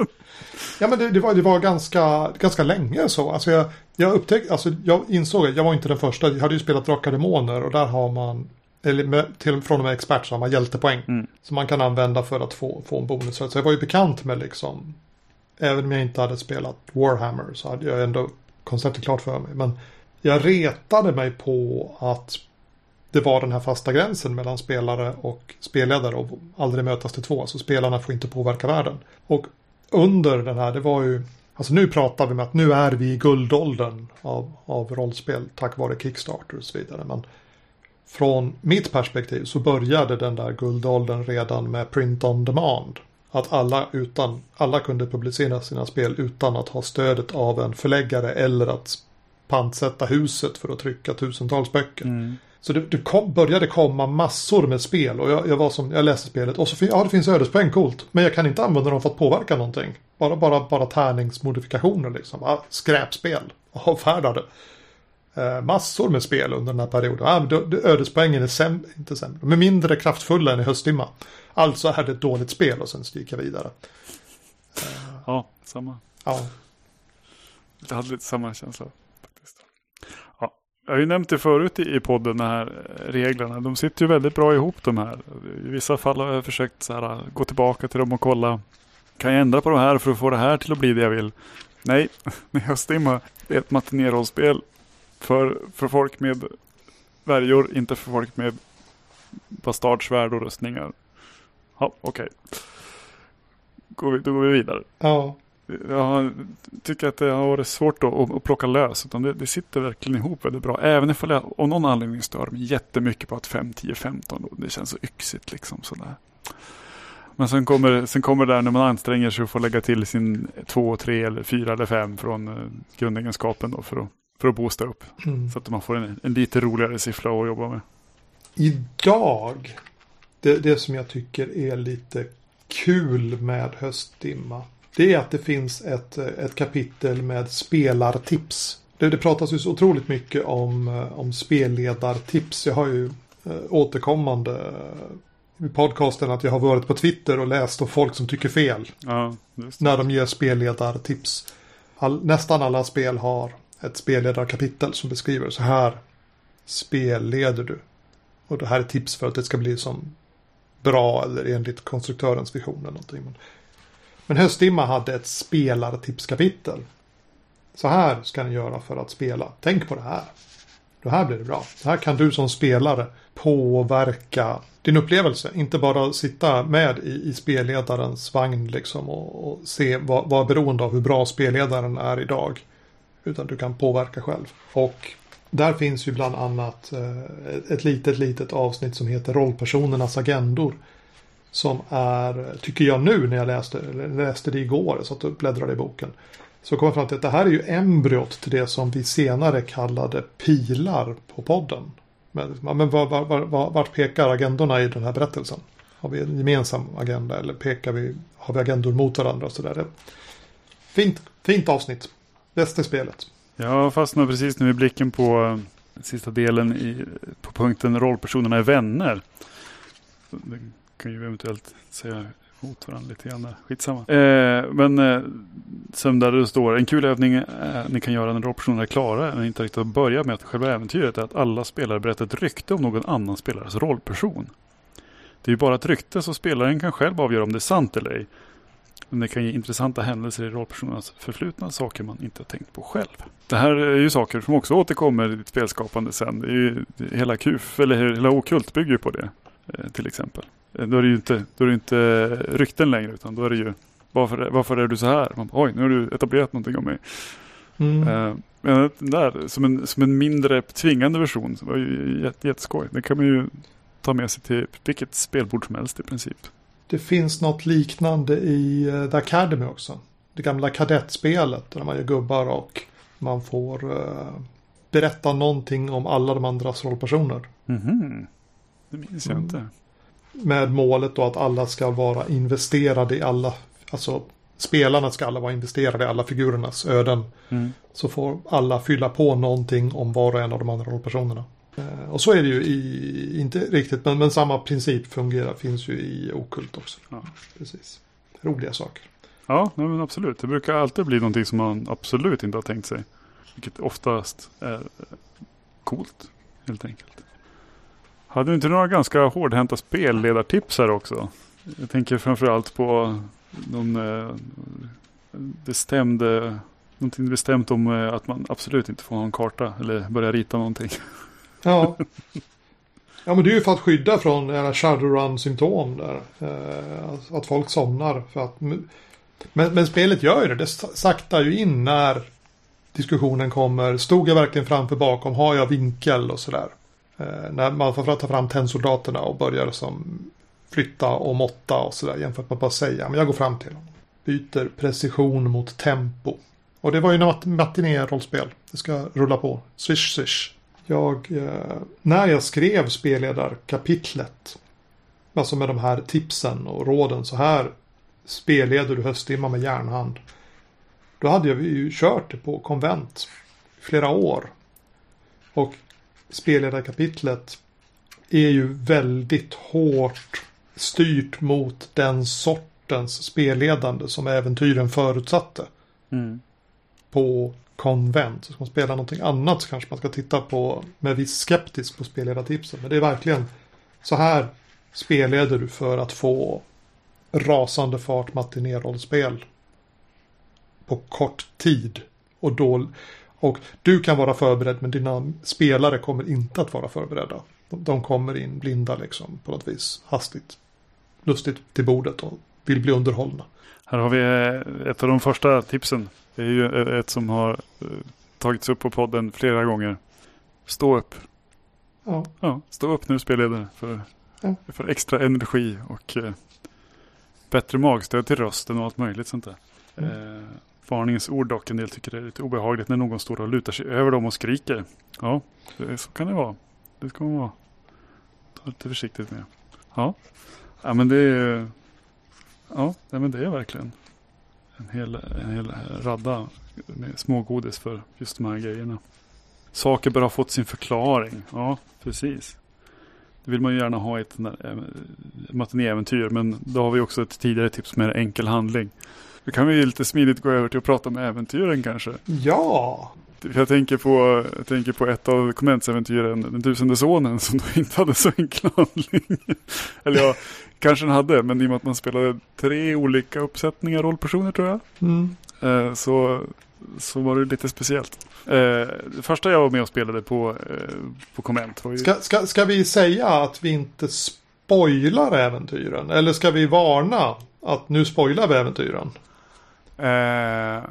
Ja men det, det, var, det var ganska, ganska länge så. Alltså jag, jag upptäckte, alltså jag insåg att jag var inte den första. Jag hade ju spelat Drakar Demoner och där har man, eller med, till, från och med expert så har man hjältepoäng. Mm. Som man kan använda för att få, få en bonus. Så jag var ju bekant med liksom, även om jag inte hade spelat Warhammer så hade jag ändå konceptet klart för mig. Men jag retade mig på att det var den här fasta gränsen mellan spelare och spelledare och aldrig mötas till två. Så spelarna får inte påverka världen. Och under den här, det var ju, alltså nu pratar vi med att nu är vi i guldåldern av, av rollspel tack vare Kickstarter och så vidare. Men från mitt perspektiv så började den där guldåldern redan med print on demand. Att alla, utan, alla kunde publicera sina spel utan att ha stödet av en förläggare eller att pantsätta huset för att trycka tusentals böcker. Mm. Så det, det kom, började komma massor med spel och jag, jag var som, jag läste spelet och så ja det finns ödespoäng, coolt. Men jag kan inte använda dem för att påverka någonting. Bara, bara, bara tärningsmodifikationer liksom. Ah, skräpspel. Avfärdade. Eh, massor med spel under den här perioden. Ah, det, det, ödespoängen är sämre, inte sämre, men mindre kraftfulla än i Höstdimma. Alltså är det ett dåligt spel och sen sticker jag vidare. Eh, ja, samma. Ja. Jag hade lite samma känsla. Ja, Jag har ju nämnt det förut i podden, de här reglerna. De sitter ju väldigt bra ihop de här. I vissa fall har jag försökt så här, gå tillbaka till dem och kolla. Kan jag ändra på de här för att få det här till att bli det jag vill? Nej, Höstdimma är ett matinérollspel för, för folk med värjor, inte för folk med bastardsvärd och rustningar. Ja, okej. Okay. Då går vi vidare. Ja. Jag tycker att det har varit svårt att, att plocka lös. Utan det, det sitter verkligen ihop väldigt bra. Även ifall jag av någon anledning stör mig jättemycket på att fem, tio, femton. Det känns så yxigt liksom sådär. Men sen kommer, sen kommer det där när man anstränger sig och får lägga till sin två, tre eller fyra eller fem från uh, grundegenskapen då för att, för att boosta upp. Mm. Så att man får en, en lite roligare siffra att jobba med. Idag, det, det som jag tycker är lite kul med Höstdimma, det är att det finns ett, ett kapitel med spelartips. Det, det pratas ju så otroligt mycket om, om spelledartips. Jag har ju äh, återkommande i podcasten att jag har varit på Twitter och läst om folk som tycker fel. Ja, när de ger spelledartips. All, nästan alla spel har ett spelledarkapitel som beskriver så här spelleder du. Och det här är tips för att det ska bli som bra eller enligt konstruktörens vision eller någonting. Men, men Höstdimma hade ett spelartipskapitel. Så här ska ni göra för att spela. Tänk på det här. Det här blir det bra. Det här kan du som spelare påverka din upplevelse. Inte bara sitta med i, i spelledarens vagn liksom och, och se vad, vad är beroende av hur bra spelledaren är idag. Utan du kan påverka själv. Och där finns ju bland annat eh, ett litet, litet avsnitt som heter Rollpersonernas agendor. Som är, tycker jag nu när jag läste, läste det igår, så att jag bläddrade i boken. Så kom jag fram till att det här är ju embryot till det som vi senare kallade pilar på podden. Men, men var, var, var, vart pekar agendorna i den här berättelsen? Har vi en gemensam agenda eller pekar vi, har vi agendor mot varandra och sådär? Fint, fint avsnitt. Bästa spelet. Jag fastnar precis nu i blicken på sista delen i, på punkten rollpersonerna är vänner. Det kan ju eventuellt säga mot varandra lite grann. Skitsamma. Eh, men eh, som där det står, en kul övning eh, ni kan göra när rollpersonerna är klara men inte riktigt att börja med att själva äventyret är att alla spelare berättar ett rykte om någon annan spelares rollperson. Det är ju bara ett rykte så spelaren kan själv avgöra om det är sant eller ej. Men det kan ge intressanta händelser i rollpersonernas förflutna, saker man inte har tänkt på själv. Det här är ju saker som också återkommer i ditt spelskapande sen. Det är ju, det, hela Q F, eller hela Okult bygger ju på det, eh, till exempel. Då är det ju inte, då är det inte rykten längre, utan då är det ju varför, varför är du så här? Man bara, oj, nu har du etablerat någonting om mig. Mm. Uh, men där, som en, som en mindre tvingande version, så var ju jätt, jätteskoj. Det kan man ju ta med sig till vilket spelbord som helst i princip. Det finns något liknande i uh, The Academy också. Det gamla kadettspelet där man gör gubbar och man får uh, berätta någonting om alla de andras rollpersoner. Mhm. Det minns jag mm. inte. Med målet då att alla ska vara investerade i alla, alltså spelarna ska alla vara investerade i alla figurernas öden. Mm. Så får alla fylla på någonting om var och en av de andra rollpersonerna. Eh, och så är det ju i, inte riktigt, men, men samma princip fungerar, finns ju i Okult också. Ja. Precis. Roliga saker. Ja, men absolut. Det brukar alltid bli någonting som man absolut inte har tänkt sig. Vilket oftast är coolt, helt enkelt. Hade du inte några ganska hårdhänta spelledartips här också? Jag tänker framförallt på någon eh, bestämd, någonting bestämt om eh, att man absolut inte får ha en karta eller börja rita någonting. Ja. Ja, men det är ju för att skydda från era Shadowrun-symptom där. Eh, att folk somnar. För att, men, men spelet gör ju det. Det saktar ju in när diskussionen kommer. Stod jag verkligen framför bakom? Har jag vinkel och sådär? Eh, när man får ta fram tennsoldaterna och börjar som flytta och måtta och sådär. Jämfört med att bara säga, men jag går fram till dem. Byter precision mot tempo. Och det var ju mat- matiné-rollspel. Det ska rulla på. Swish, swish. Jag, eh, när jag skrev spelledarkapitlet, alltså med de här tipsen och råden, så här spelleder du Höstdimma med järnhand. Då hade jag ju kört det på konvent flera år. Och spelledarkapitlet är ju väldigt hårt styrt mot den sortens spelledande som äventyren förutsatte. Mm. På konvent. Så ska man spela någonting annat så kanske man ska titta på med viss skeptisk på spelledartipsen. Men det är verkligen så här spelleder du för att få rasande fart matinérollspel på kort tid. Och, då, och du kan vara förberedd men dina spelare kommer inte att vara förberedda. De, de kommer in blinda liksom på något vis hastigt, lustigt till bordet och vill bli underhållna. Här har vi ett av de första tipsen. Det är ju ett som har tagits upp på podden flera gånger. Stå upp. Ja. Ja, stå upp nu spelledare för, ja. för extra energi och eh, bättre magstöd till rösten och allt möjligt sånt där. Mm. Eh, varningens ord dock, en del tycker det är lite obehagligt när någon står och lutar sig över dem och skriker. Ja, det, så kan det vara. Det ska man vara. Ta lite försiktigt med. Ja, ja men det är ja, men det är verkligen en hel, en hel radda med smågodis för just de här grejerna. Saker bör ha fått sin förklaring. Ja, precis. Det vill man ju gärna ha i ett matinéäventyr, men då har vi också ett tidigare tips med enkel handling. Då kan vi ju lite smidigt gå över till att prata om äventyren kanske. Ja! Jag tänker på, jag tänker på ett av kommentsäventyren, Den tusende sonen, som då inte hade så enkel handling. Eller ja, kanske den hade, men i och med att man spelade tre olika uppsättningar rollpersoner tror jag. Mm. Eh, så, så var det lite speciellt. Eh, det första jag var med och spelade på, eh, på komment var ju... Ska, ska, ska vi säga att vi inte spoilar äventyren? Eller ska vi varna att nu spoilar vi äventyren? Eh,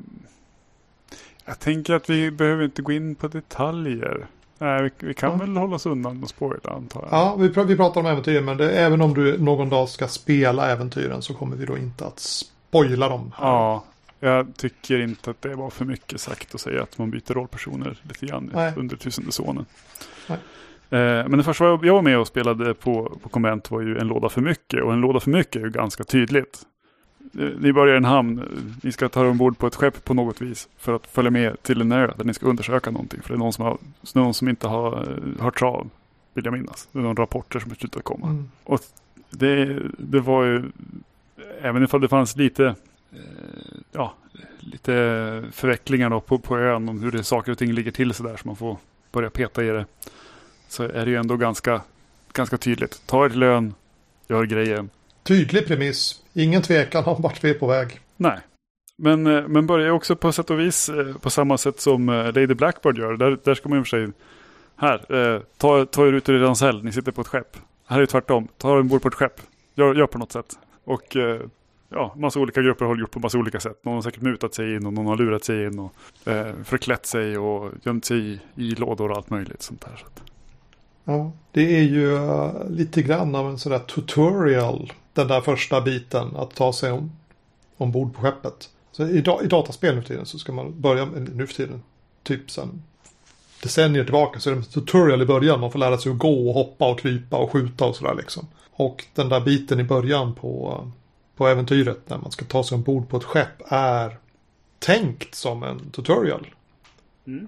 jag tänker att vi behöver inte gå in på detaljer. Nej, vi, vi kan ja. väl hålla oss undan och spoila, antar jag. Ja, vi, pr- vi pratar om äventyren, men det, även om du någon dag ska spela äventyren så kommer vi då inte att spoila dem här. Ja, jag tycker inte att det var för mycket sagt att säga att man byter rollpersoner lite grann Nej. under tusende sonen. Nej. Eh, men det första jag var med och spelade på, på konvent var ju En låda för mycket. Och En låda för mycket är ju ganska tydligt. Ni börjar i en hamn, ni ska ta ombord på ett skepp på något vis för att följa med till en ö där ni ska undersöka någonting. För det är någon som, har, någon som inte har hört av, vill jag minnas. Det är någon rapporter som är slutat komma. Mm. Och det, det var ju, även ifall det fanns lite, eh, ja, lite förvecklingar då på, på ön om hur det saker och ting ligger till så där så man får börja peta i det. Så är det ju ändå ganska, ganska tydligt. Ta er till ön, gör grejen. Tydlig premiss. Ingen tvekan om vart vi är på väg. Nej. Men, men börjar också på sätt och vis på samma sätt som Lady Blackbird gör. Där, där ska man ju för sig... Här, eh, ta, ta er ut ur Ransell. Ni sitter på ett skepp. Här är det tvärtom. Ta er ombord på ett skepp. Gör, gör på något sätt. Och eh, ja, massa olika grupper har gjort på massa olika sätt. Någon har säkert mutat sig in och någon har lurat sig in och eh, förklätt sig och gömt sig i, i lådor och allt möjligt sånt här. Så att. Ja, det är ju uh, lite grann av en sån där tutorial, den där första biten, att ta sig om, ombord på skeppet. Så i, da, i dataspel nu för tiden så ska man börja, nu för tiden, typ sen decennier tillbaka så är det en tutorial i början. Man får lära sig att gå och hoppa och krypa och skjuta och sådär liksom. Och den där biten i början på, på äventyret när man ska ta sig ombord på ett skepp är tänkt som en tutorial. Mm.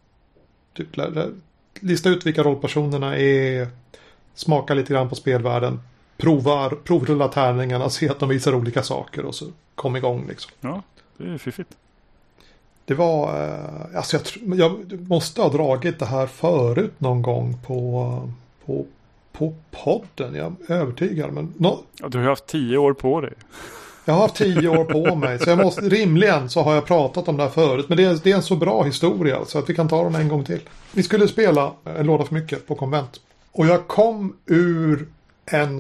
Typ lär, lär, lista ut vilka rollpersonerna är, smaka lite grann på spelvärlden, provar, provrulla tärningarna, se att de visar olika saker och så kom igång liksom. Ja, det är fiffigt. Det var, eh, alltså jag, jag måste ha dragit det här förut någon gång på, på, på podden, jag är övertygad. Men no, ja, du har haft tio år på dig. Jag har haft tio år på mig, så jag måste, rimligen så har jag pratat om det här förut. Men det är, det är en så bra historia så att vi kan ta den en gång till. Vi skulle spela En låda för mycket på konvent. Och jag kom ur en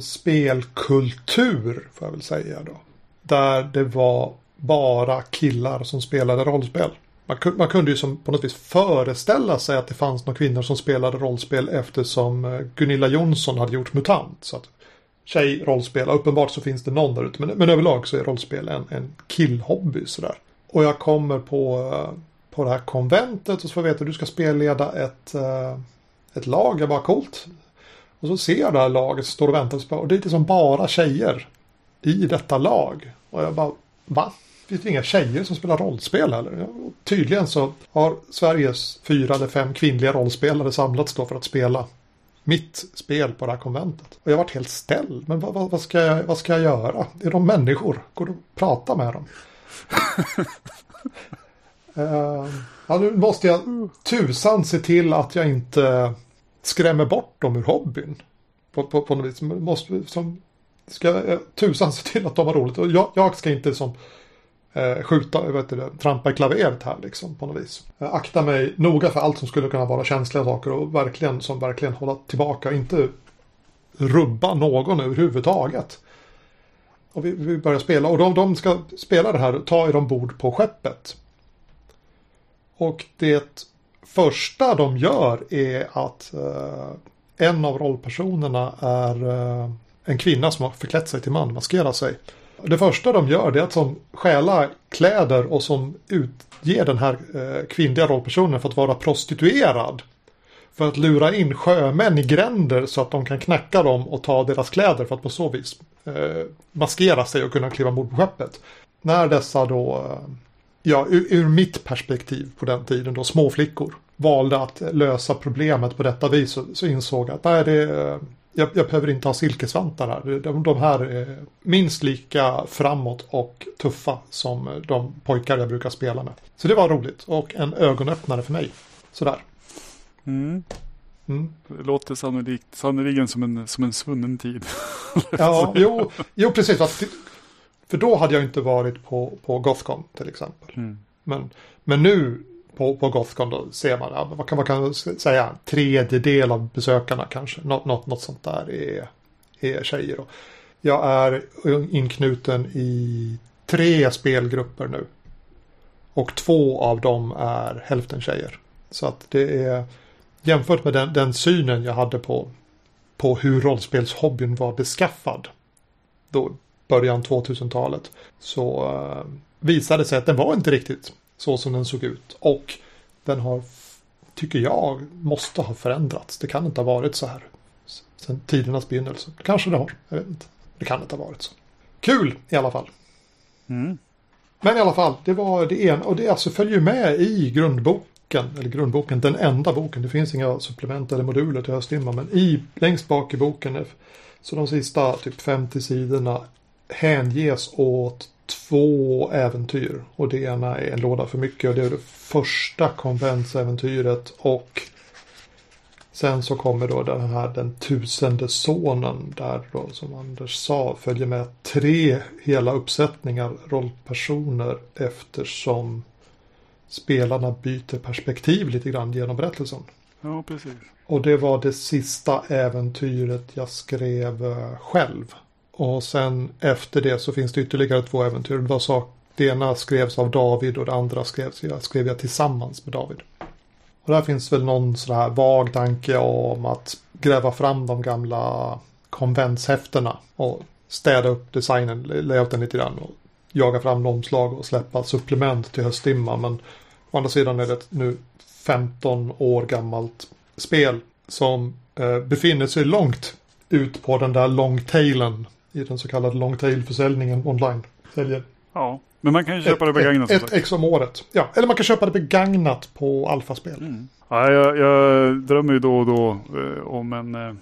spelkultur, får jag väl säga då. Där det var bara killar som spelade rollspel. Man, man kunde ju som på något vis föreställa sig att det fanns några kvinnor som spelade rollspel eftersom Gunilla Jonsson hade gjort MUTANT. Så att tjej rollspel, uppenbart så finns det någon där ute. Men, men överlag så är rollspel en, en killhobby sådär. Och jag kommer på, på det här konventet och så får jag veta att du ska spelleda ett, ett lag. Jag bara, coolt. Och så ser jag det här laget står och väntar. Och det är liksom bara tjejer i detta lag. Och jag bara, va? Finns det inga tjejer som spelar rollspel heller? Och tydligen så har Sveriges fyra eller fem kvinnliga rollspelare samlats då för att spela mitt spel på det här konventet. Och jag varit helt ställd. Men vad, vad, vad, ska jag, vad ska jag göra? Är de människor? Går det att prata med dem? Uh, ja, nu måste jag tusan se till att jag inte skrämmer bort dem ur hobbyn. På, på, på något vis. Måste, som, ska jag tusan se till att de har roligt. Och jag, jag ska inte som eh, skjuta, vet du, trampa i klaveret här liksom på något vis. Jag akta mig noga för allt som skulle kunna vara känsliga saker och verkligen, som verkligen hålla tillbaka. Inte rubba någon överhuvudtaget. Och vi, vi börjar spela. Och de, de ska spela det här och ta er ombord på skeppet. Och det första de gör är att uh, en av rollpersonerna är uh, en kvinna som har förklätt sig till man, maskerar sig. Det första de gör det är att som stjäla kläder och som utger den här uh, kvinnliga rollpersonen för att vara prostituerad. För att lura in sjömän i gränder så att de kan knacka dem och ta deras kläder för att på så vis uh, maskera sig och kunna kliva ombord på skeppet. När dessa då... Uh, Ja, ur, ur mitt perspektiv på den tiden då småflickor valde att lösa problemet på detta vis så, så insåg jag att nej, det, jag, jag behöver inte ha silkesvantar här. De, de här är minst lika framåt och tuffa som de pojkar jag brukar spela med. Så det var roligt och en ögonöppnare för mig. Sådär. Mm. Mm. Det låter sannolikt, sannolikt som en, som en svunnen tid. Ja, jo, jo precis. Att, för då hade jag inte varit på, på Gothcon till exempel. Mm. Men, men nu på, på Gothcon då ser man, ja, vad kan man kan säga, en tredjedel av besökarna kanske. Något, något, något sånt där är, är tjejer. Och jag är inknuten i tre spelgrupper nu. Och två av dem är hälften tjejer. Så att det är, jämfört med den, den synen jag hade på, på hur rollspelshobbyn var beskaffad. Då början tvåtusentalet så uh, visade sig att den var inte riktigt så som den såg ut. Och den har, tycker jag, måste ha förändrats. Det kan inte ha varit så här sedan tidernas begynnelse. Kanske det har, jag vet inte. Det kan inte ha varit så. Kul i alla fall. Mm. Men i alla fall, det var det ena. Och det alltså följer med i grundboken. Eller grundboken, den enda boken. Det finns inga supplement eller moduler till Hösttimma. Men i, längst bak i boken, så de sista typ femtio sidorna hänges åt två äventyr. Och det ena är en låda för mycket. Och det är det första konventsäventyret. Och sen så kommer då den här den tusende sonen. Där då, som Anders sa, följer med tre hela uppsättningar rollpersoner. Eftersom spelarna byter perspektiv lite grann genom berättelsen. Ja, precis. Och det var det sista äventyret jag skrev själv. Och sen efter det så finns det ytterligare två äventyr. Det var sak, det ena skrevs av David och det andra skrevs jag, skrev jag tillsammans med David. Och där finns väl någon sån här vag tanke om att gräva fram de gamla konventshäftena och städa upp designen, layouten lite grann och jaga fram omslag och släppa supplement till Hösttimma. Men å andra sidan är det nu femton år gammalt spel som eh, befinner sig långt ut på den där longtailen i den så kallade longtail-försäljningen online. Säljer. Ja, men man kan ju köpa ett, det begagnat. Ett, ett ex om året. Ja, eller man kan köpa det begagnat på alfaspel. Mm. Ja, jag, jag drömmer ju då och då eh, om en eh,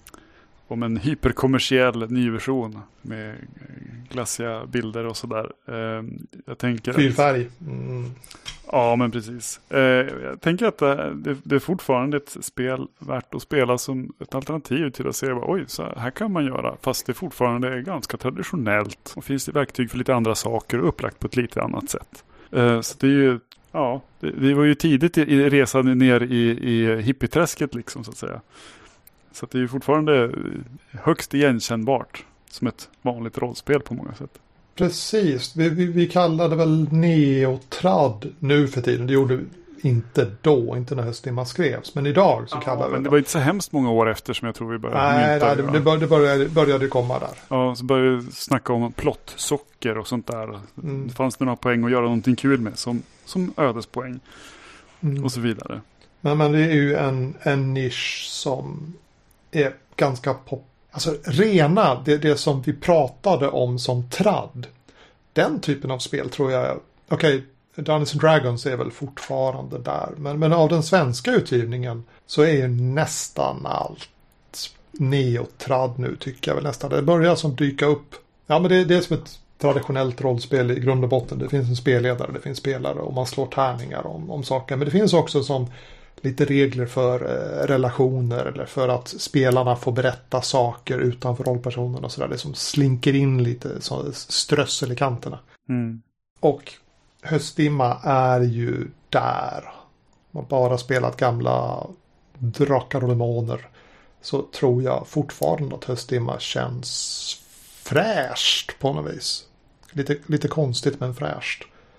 om en hyperkommersiell ny version med glassiga bilder och sådär. Eh, jag tänker Fyrfärg. Mm. Ja, men precis. Eh, jag tänker att det, det är fortfarande ett spel värt att spela som ett alternativ till att se vad, oj, så här kan man göra. Fast det fortfarande är ganska traditionellt. Och finns det verktyg för lite andra saker och upplagt på ett lite annat sätt. Eh, så det är ju, ja, det, det var ju tidigt i, i resan ner i, i hippieträsket liksom så att säga. Så att det är ju fortfarande högst igenkännbart som ett vanligt rollspel på många sätt. Precis, vi, vi, vi kallade väl neotrad nu för tiden. Det gjorde vi inte då, inte när Hösttimma skrevs. Men idag så ja, kallar vi men det. det var inte så hemskt många år efter som jag tror vi började. Nej, nej det, det, bör, det började, började komma där. Ja, så började vi snacka om plottsocker och sånt där. Mm. Det fanns det några poäng att göra någonting kul med som, som ödespoäng mm. och så vidare. Men, men det är ju en, en nisch som är ganska pop. Alltså rena, det, det som vi pratade om som trad. Den typen av spel tror jag, okej, okay, Dungeons and Dragons är väl fortfarande där. Men, men av den svenska utgivningen så är ju nästan allt neotrad nu tycker jag väl nästan. Det börjar som dyka upp. Ja men det, det är som ett traditionellt rollspel i grund och botten. Det finns en spelledare, det finns spelare och man slår tärningar om, om saker. Men det finns också som lite regler för eh, relationer eller för att spelarna får berätta saker utanför rollpersonen och sådär. Det som slinker in lite så, strössel i kanterna. Mm. Och Höstdimma är ju där. Man har bara spelat gamla drakar och demoner. Så tror jag fortfarande att Höstdimma känns fräscht på något vis. Lite, lite konstigt men fräscht.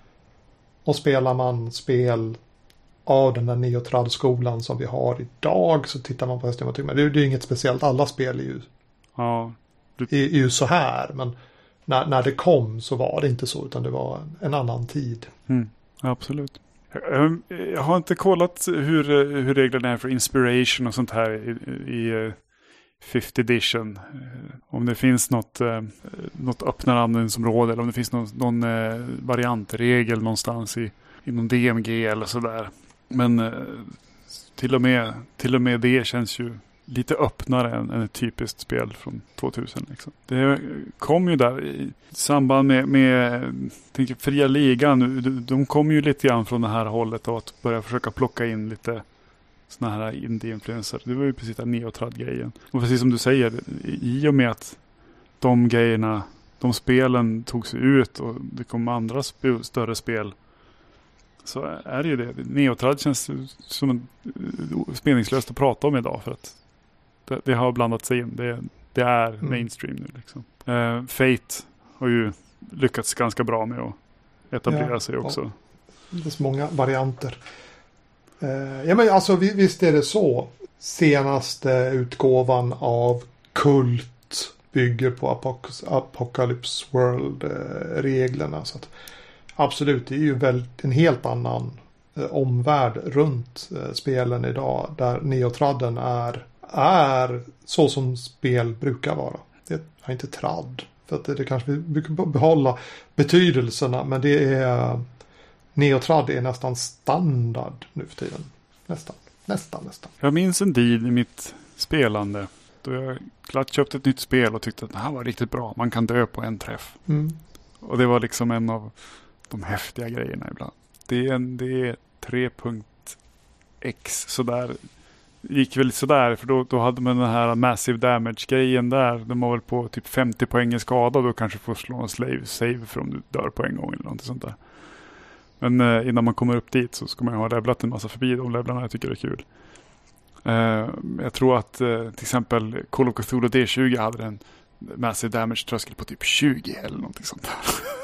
Och spelar man spel av den där neotrad-skolan som vi har idag så tittar man på Höstdimma och tycker det, det är ju inget speciellt. Alla spel är ju, ja, du... är, är ju så här. Men när, när det kom så var det inte så utan det var en, en annan tid. Mm, absolut. Jag, jag har inte kollat hur, hur reglerna är för inspiration och sånt här i, i femte edition. Om det finns något, något öppnare användningsområde eller om det finns någon, någon variantregel någonstans i, i någon D M G eller sådär. Men till och med, till och med det känns ju lite öppnare än, än ett typiskt spel från tvåtusen. Liksom. Det kom ju där i samband med, med tänker, Fria Ligan. De, de kom ju lite grann från det här hållet och att börja försöka plocka in lite såna här indie-influenser. Det var ju precis den neotrad-grejen. Och precis som du säger, i och med att de grejerna, de spelen tog sig ut och det kom andra sp- större spel så är det ju det. Neotrad känns som en, speningslöst att prata om idag för att det, det har blandat sig in. Det, det är mm. mainstream nu. Liksom. Uh, Fate har ju lyckats ganska bra med att etablera ja, sig också. Det finns många varianter. Uh, ja men alltså visst är det så. Senaste utgåvan av Kult bygger på Apoc- Apocalypse World-reglerna. Så att absolut, det är ju väl en helt annan eh, omvärld runt eh, spelen idag. Där neotradden är, är så som spel brukar vara. Det är inte tradd. För att det, det kanske vi brukar behålla betydelserna. Men det är neotradd är nästan standard nu för tiden. Nästan, nästan, nästan. Jag minns en tid i mitt spelande. Då jag glatt köpte ett nytt spel och tyckte att det här var riktigt bra. Man kan dö på en träff. Mm. Och det var liksom en av de häftiga grejerna ibland. Det är, en, det är tre punkt x sådär. Gick väl sådär för då, då hade man den här massive damage-grejen där. Den var väl på typ femtio poäng i skada och då kanske får slå en slave save för om du dör på en gång eller något sånt där. Men eh, innan man kommer upp dit så ska man ju ha levlat en massa förbi de levlarna. Jag tycker det är kul. Eh, jag tror att eh, till exempel Call of Cthulhu D tjugo hade en massive damage-tröskel på typ tjugo eller någonting sånt där.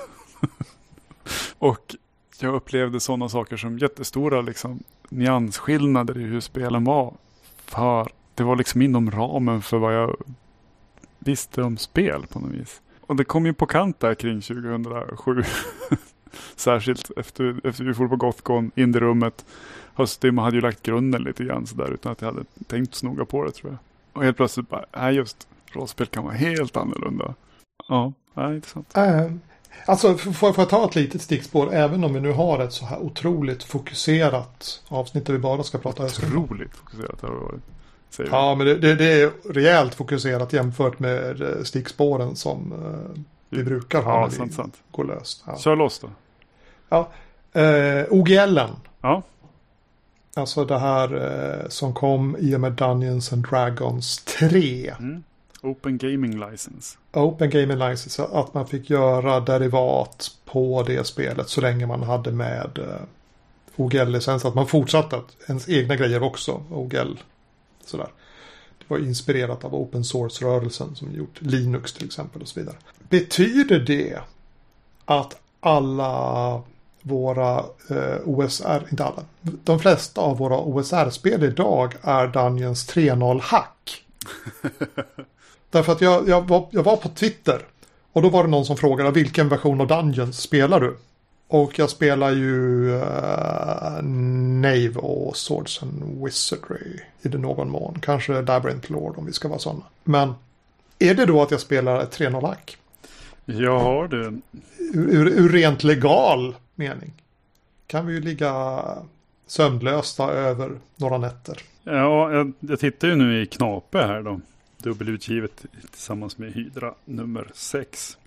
Och jag upplevde sådana saker som jättestora liksom, nyansskillnader i hur spelen var. För det var liksom inom ramen för vad jag visste om spel på något vis. Och det kom ju på kant där kring tjugohundrasju. Särskilt efter, efter vi får på Gothcon in i rummet. Höstdimma hade ju lagt grunden lite grann sådär utan att jag hade tänkt snoga på det tror jag. Och helt plötsligt bara, nej just, rollspel kan vara helt annorlunda. Ja, nej, intressant. Um. Alltså, får jag ta ett litet stickspår, även om vi nu har ett så här otroligt fokuserat avsnitt där vi bara ska prata höstdimma. Otroligt fokuserat har det varit. Ja, men det, det, det är rejält fokuserat jämfört med stickspåren som uh, vi brukar ha ja, när sant, vi sant. går löst. Ja. Kör loss då. Ja, uh, O G L-en. Ja. Alltså det här uh, som kom i och med Dungeons and Dragons tre. Mm. Open Gaming License. Open Gaming License, att man fick göra derivat på det spelet så länge man hade med uh, O G L-licens. Att man fortsatte att ens egna grejer också, O G L. Sådär. Det var inspirerat av open source-rörelsen som gjort Linux till exempel och så vidare. Betyder det att alla våra uh, O S R, inte alla, de flesta av våra O S R-spel idag är Dungeons tre punkt noll-hack? Därför att jag, jag, var, jag var på Twitter och då var det någon som frågade vilken version av Dungeons spelar du? Och jag spelar ju uh, Knave och Swords and Wizardry i det någon mån. Kanske Labyrinth Lord om vi ska vara sådana. Men är det då att jag spelar ett tre punkt noll-hack? Ja, det. Ur, ur, ur rent legal mening kan vi ju ligga sömnlösa över några nätter. Ja, jag, jag tittar ju nu i Knape här då. Dubbelutgivet tillsammans med Hydra nummer sex.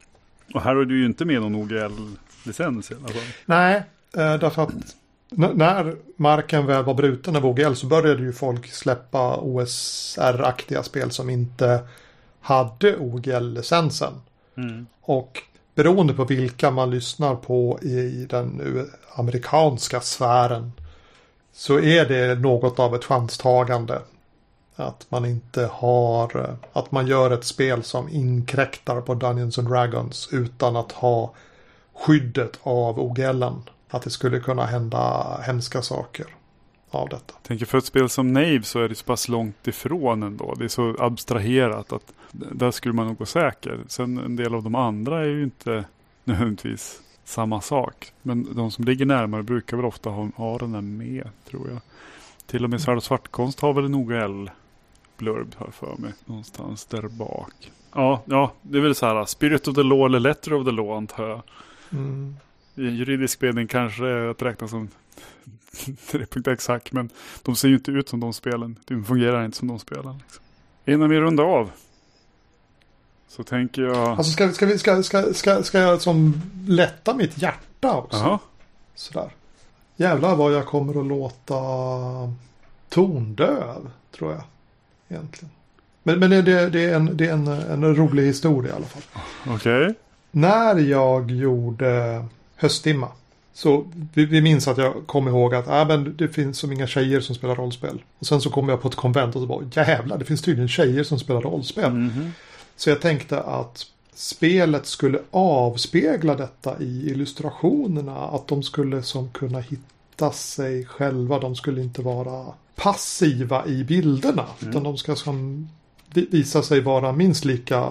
Och här har du ju inte med någon O G L-licens i alla fall. Nej, eh, därför att n- när marken väl var bruten av O G L så började ju folk släppa O S R-aktiga spel som inte hade O G L-licensen. Mm. Och beroende på vilka man lyssnar på i den nu amerikanska sfären så är det något av ett chanstagande. Att man inte har, att man gör ett spel som inkräktar på Dungeons and Dragons utan att ha skyddet av O G L:en. Att det skulle kunna hända hemska saker av detta. Jag tänker för ett spel som Nave så är det så pass långt ifrån ändå. Det är så abstraherat att där skulle man nog gå säker. Sen en del av de andra är ju inte nödvändigtvis samma sak. Men de som ligger närmare brukar väl ofta ha, ha den där med, tror jag. Till och med Svärd och Svartkonst har väl en O G L-blurb här för mig. Någonstans där bak. Ja, ja, det är väl så här. Spirit of the Law eller Letter of the Law, antar jag. Mm. I en juridisk mening kanske är att räkna som tre punkt exakt, men de ser ju inte ut som de spelen. De fungerar inte som de spelen. Liksom. Innan vi rundar av så tänker jag... Alltså ska, ska, vi, ska, ska, ska, ska jag som lätta mitt hjärta också? Aha. Sådär. Jävlar vad jag kommer att låta tondöv, tror jag. Egentligen. Men, men det, det är, en, det är en, en rolig historia i alla fall. Okej. Okay. När jag gjorde Höstdimma så vi, vi minns att jag kom ihåg att äh, men det finns som inga tjejer som spelar rollspel. Och sen så kom jag på ett konvent och så bara jävlar, det finns tydligen tjejer som spelar rollspel. Mm-hmm. Så jag tänkte att spelet skulle avspegla detta i illustrationerna. Att de skulle som kunna hitta sig själva. De skulle inte vara passiva i bilderna. Mm. Utan de ska som visa sig vara minst lika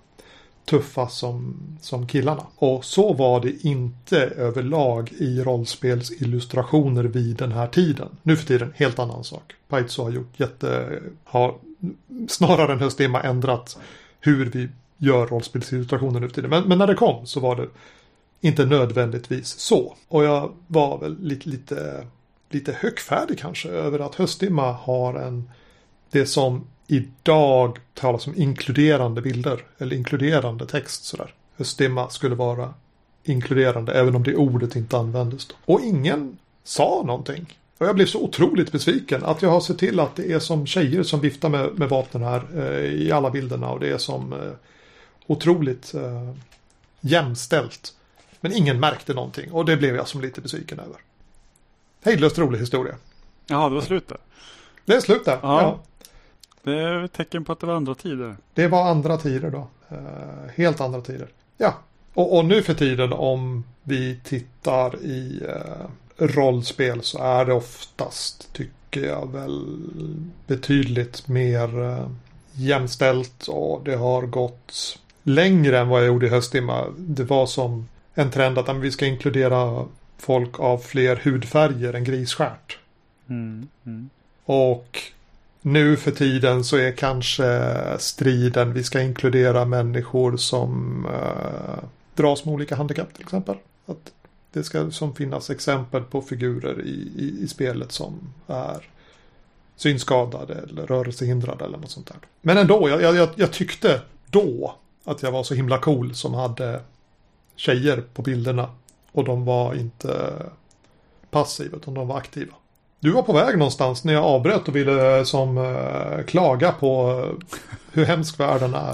tuffa som, som killarna. Och så var det inte överlag i rollspelsillustrationer vid den här tiden. Nu för tiden, helt annan sak. Paizo har gjort jätte... har snarare än Höstdimma ändrat hur vi gör rollspelsillustrationer nu för tiden. Men, men när det kom så var det inte nödvändigtvis så. Och jag var väl lite, lite, lite högfärdig kanske över att Höstdimma har en... det som idag talas om inkluderande bilder eller inkluderande text sådär. Höstdimma skulle vara inkluderande även om det ordet inte användes då. Och ingen sa någonting. Och jag blev så otroligt besviken att jag har sett till att det är som tjejer som viftar med, med vapnen här eh, i alla bilderna och det är som eh, otroligt eh, jämställt. Men ingen märkte någonting och det blev jag som lite besviken över. Hejdlöst rolig historia. Ja, det var slut där. Det är slut där, ja. ja. Det är ett tecken på att det var andra tider. Det var andra tider då. Uh, helt andra tider. Ja. Och, och nu för tiden om vi tittar i uh, rollspel så är det oftast, tycker jag väl, betydligt mer uh, jämställt och det har gått längre än vad jag gjorde i Höstdimma. Det var som en trend att vi ska inkludera folk av fler hudfärger än grisstjärt. Mm, mm. Och nu för tiden så är kanske striden, vi ska inkludera människor som uh, dras med olika handikapp till exempel. Att det ska som finnas exempel på figurer i, i, i spelet som är synskadade eller rörelsehindrade eller något sånt där. Men ändå, jag, jag, jag tyckte då att jag var så himla cool som hade tjejer på bilderna och de var inte passiva utan de var aktiva. Du var på väg någonstans när jag avbröt och ville som uh, klaga på uh, hur hemsk världen är.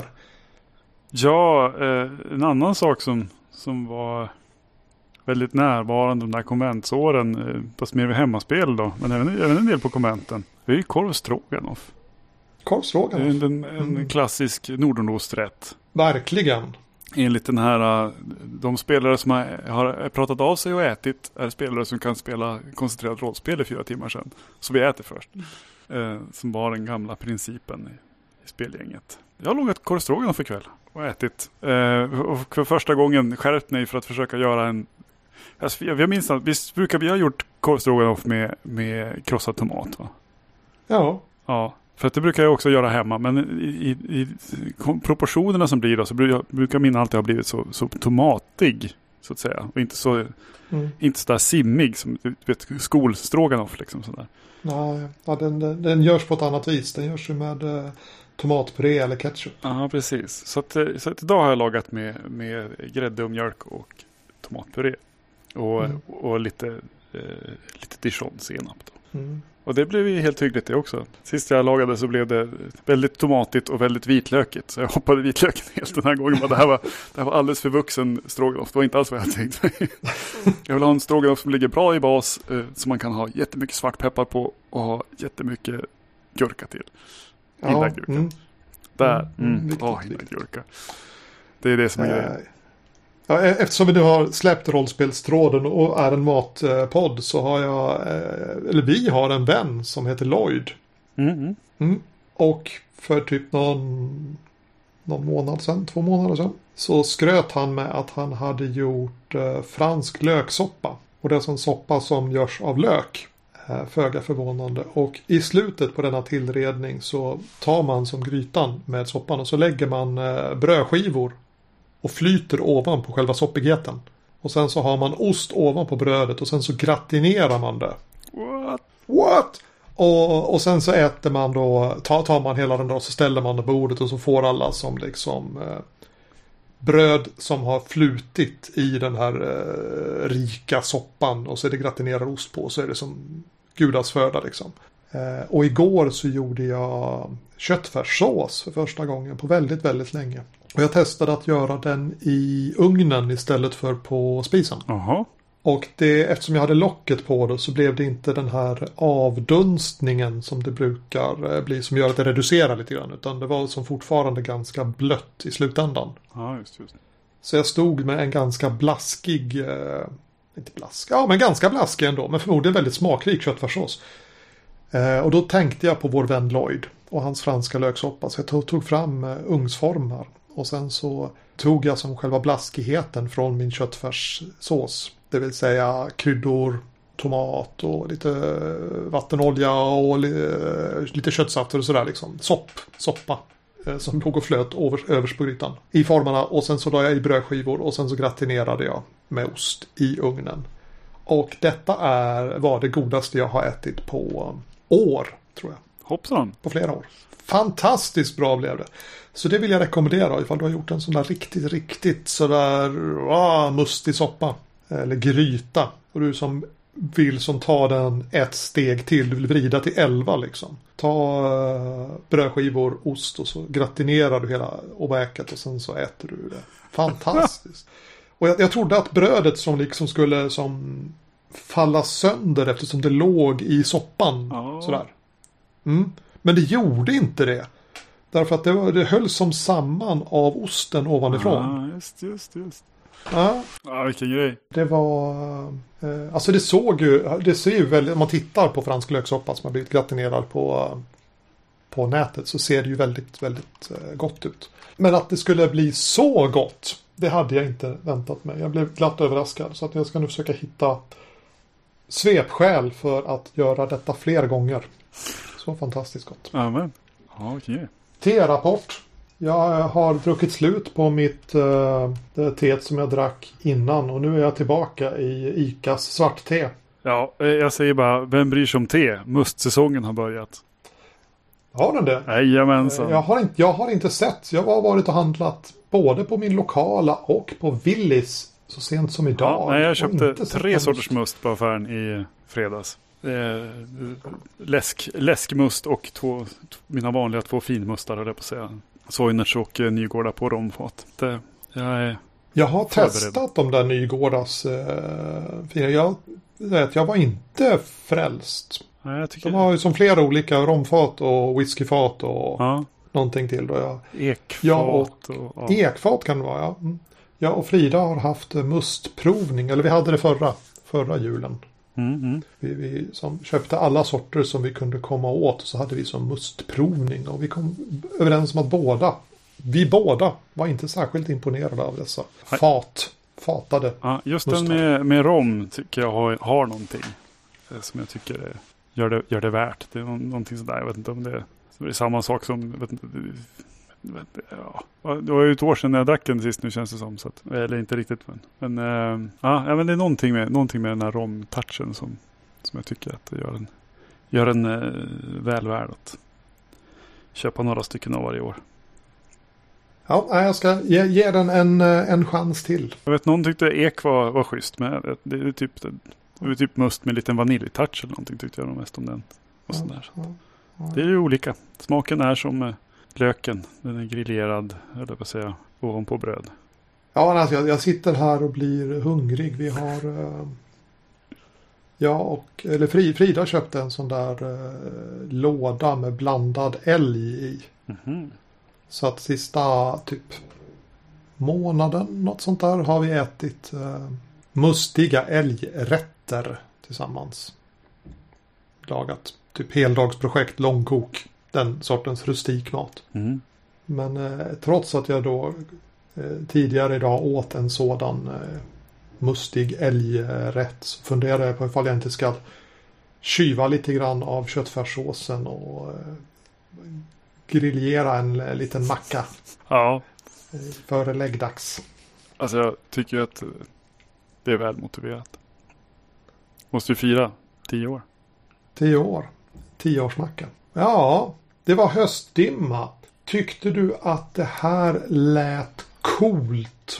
Ja, eh, en annan sak som, som var väldigt närvarande de där konventsåren, eh, fast mer vid hemmaspel då, men även, även en del på konventen. Det är ju korv stroganoff. Korv stroganoff? Det är en, en mm. klassisk nordosträtt. Verkligen. Enligt den här, de spelare som har, har pratat av sig och ätit är spelare som kan spela koncentrerat rollspel i fyra timmar sedan. Så vi äter först. Eh, som var den gamla principen i, i spelgänget. Jag har långat korv stroganoff för kväll och ätit. Eh, och för första gången skärpt mig för att försöka göra en... Alltså, jag, jag minns att visst brukar vi ha gjort korv stroganoff med, med krossad tomat, va? Ja. Ja. För att det brukar jag också göra hemma. Men i, i, i proportionerna som blir då så brukar min alltid ha blivit så, så tomatig. Så att säga. Och inte så, mm. inte så där simmig som du vet, skolstroganoff liksom sådär. Nej, ja, den, den, den görs på ett annat vis. Den görs ju med, tomatpuré eller ketchup. Ja, precis. Så, att, så att idag har jag lagat med, med grädde och mjölk och tomatpuré. Och, mm. och lite, eh, lite dijon-senap då. Mm. Och det blev ju helt hyggligt det också. Sist jag lagade så blev det väldigt tomatigt och väldigt vitlökigt. Så jag hoppade vitlöken helt den här gången. Men det, här var, det här var alldeles för vuxen stroganoff. Det var inte alls vad jag tänkte mig. Jag vill ha en stroganoff som ligger bra i bas. Eh, så man kan ha jättemycket svartpeppar på. Och ha jättemycket gurka till. Gilla gurka. Mm. Där. Mm. Mm. Åh, gilla gurka. Det är det som är grejen. Ja, eftersom vi nu har släppt rollspelstråden och är en matpodd så har jag, eller vi har en vän som heter Lloyd. Mm. Mm. Och för typ någon, någon månad sedan, två månader sedan, så skröt han med att han hade gjort eh, fransk löksoppa. Och det är en soppa som görs av lök. Eh, föga förvånande. Och i slutet på denna tillredning så tar man som grytan med soppan och så lägger man eh, brödskivor och flyter ovan på själva soppigheten. Och sen så har man ost ovan på brödet och sen så gratinerar man det. What? What? Och, och sen så äter man då, tar, tar man hela den där och så ställer man det på bordet och så får alla som liksom eh, bröd som har flutit i den här eh, rika soppan och så är det gratinerad ost på och så är det som gudas föda liksom. Eh, och igår så gjorde jag köttfärssås för första gången på väldigt, väldigt länge. Och jag testade att göra den i ugnen istället för på spisen. Aha. Och det, eftersom jag hade locket på det så blev det inte den här avdunstningen som det brukar bli som gör att det reducerar lite grann. Utan det var som fortfarande ganska blött i slutändan. Ja, just, just. Så jag stod med en ganska blaskig, eh, inte blask, ja men ganska blaskig ändå. Men förmodligen väldigt smakrik köttfärssås. Eh, och då tänkte jag på vår vän Lloyd och hans franska löksoppa. Så jag tog, tog fram eh, ugnsformar. Och sen så tog jag som själva blaskigheten från min köttfärssås. Det vill säga kryddor, tomat och lite vattenolja och lite köttsafter och sådär liksom. Sopp, soppa som låg och flöt överst på grytan i formarna. Och sen så la jag i brödskivor och sen så gratinerade jag med ost i ugnen. Och detta är, var det godaste jag har ätit på år, tror jag. Hoppsan. På flera år. Fantastiskt bra blev det. Så det vill jag rekommendera ifall du har gjort en sån där riktigt, riktigt sådär ah, mustig soppa. Eller gryta. Och du som vill som ta den ett steg till. Du vill vrida till elva liksom. Ta uh, brödskivor, ost och så gratinerar du hela oväket och sen så äter du det. Fantastiskt. Och jag, jag trodde att brödet som liksom skulle som falla sönder eftersom det låg i soppan. Oh. Sådär. Mm. Men det gjorde inte det. Därför att det, var, det höll som samman av osten ovanifrån. Ja, ah, just, just, just. Ja. Ja, vilken grej. Det var... Eh, alltså det såg ju... Det ser ju väldigt... Om man tittar på fransk löksoppa som har blivit gratinerad på, på nätet så ser det ju väldigt, väldigt eh, gott ut. Men att det skulle bli så gott, det hade jag inte väntat mig. Jag blev glatt överraskad. Så att jag ska nu försöka hitta svepskäl för att göra detta fler gånger. Så fantastiskt gott. Amen. Ja, okej. Te-rapport. Jag har druckit slut på mitt uh, det teet som jag drack innan. Och nu är jag tillbaka i Icas svart-te. Ja, jag säger bara, vem bryr sig om te? Mustsäsongen har börjat. Har den det? Jajamensan. Jag har, inte, jag har inte sett. Jag har varit och handlat både på min lokala och på Willys så sent som idag. Ja, nej, jag köpte tre sorters must på affären i fredags. Eh, läsk, läskmust och två, mina vanliga två finmustar, höll jag på att säga. Soinerts och eh, Nygårda på romfat. Det, jag, är jag har testat de där Nygårdas eh, fina. Jag, vet, jag var inte frälst. Nej, jag tycker... De har ju som flera olika romfat och whiskyfat och ja. Någonting till. Då jag, ekfat. Jag och, och, ja. Ekfat kan det vara, ja. Mm. Jag och Frida har haft mustprovning. Eller vi hade det förra, förra julen. Mm, mm. Vi, vi som köpte alla sorter som vi kunde komma åt. Så hade vi som mustprovning. Och vi kom överens om att båda, vi båda var inte särskilt imponerade av dessa fat, fatade ja, just mustar. den med, med rom tycker jag har, har någonting som jag tycker är, gör, det, gör det värt. Det är någonting sådär, jag vet inte om det är, det är samma sak som, vet inte, ja. Det var ju ett år sedan jag drack den sist nu känns det som. Så att, eller inte riktigt. Men, men, äh, ja, men det är någonting med, någonting med den här rom-touchen som, som jag tycker att det gör en, gör en äh, väl värd att köpa några stycken av varje år. Ja, jag ska ge, ge den en, en chans till. Jag vet, någon tyckte ek var, var schysst. Men det är typ, det är typ must med en liten vaniljtouch eller någonting tyckte jag mest om den. Och Ja, sådär. ja, ja. Det är ju olika. Smaken är som löken. Den är grillerad, eller vad säger jag, ovanpå bröd. Ja, alltså jag, jag sitter här och blir hungrig. Vi har... Uh, ja, och... Eller Frida köpte en sån där uh, låda med blandad älg i. Mm-hmm. Så att sista typ månaden, något sånt där, har vi ätit uh, mustiga älgrätter tillsammans. Lagat typ heldagsprojekt, långkok. Den sortens rustikmat. Mm. Men uh, trots att jag då tidigare idag åt en sådan eh, mustig älgrätt, så funderar jag på ifall jag inte ska kyva lite grann av köttfärssåsen och eh, griljera en eh, liten macka. Ja. Eh, före läggdags. Alltså jag tycker att det är väl motiverat. Måste ju fira tio år. Tio år. Tioårsmacka. Ja, det var höstdimma. Tyckte du att det här lät coolt,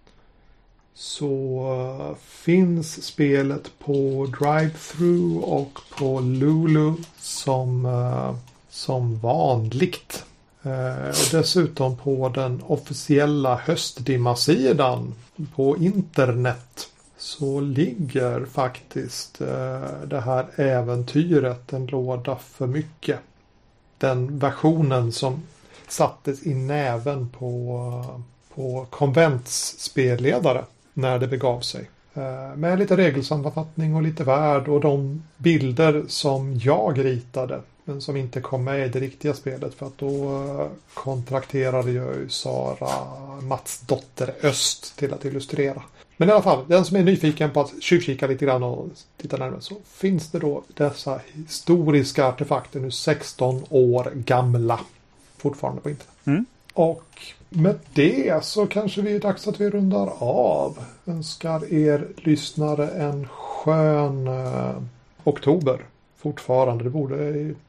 så finns spelet på Drive-Thru och på Lulu som, som vanligt. Dessutom på den officiella höstdimma-sidan på internet så ligger faktiskt det här äventyret En låda för mycket. Den versionen som sattes i näven på, på konvents spelledare när det begav sig. Med lite regelsammanfattning och lite värld och de bilder som jag ritade men som inte kom med i det riktiga spelet, för att då kontrakterade jag ju Sara Mats dotter Öst till att illustrera. Men i alla fall, den som är nyfiken på att tjuvkika lite grann och titta närmare, så finns det då dessa historiska artefakter, nu sexton år gamla, fortfarande på internet. Mm. Och med det så kanske det är dags att vi rundar av. Önskar er lyssnare en skön eh, oktober fortfarande. Det borde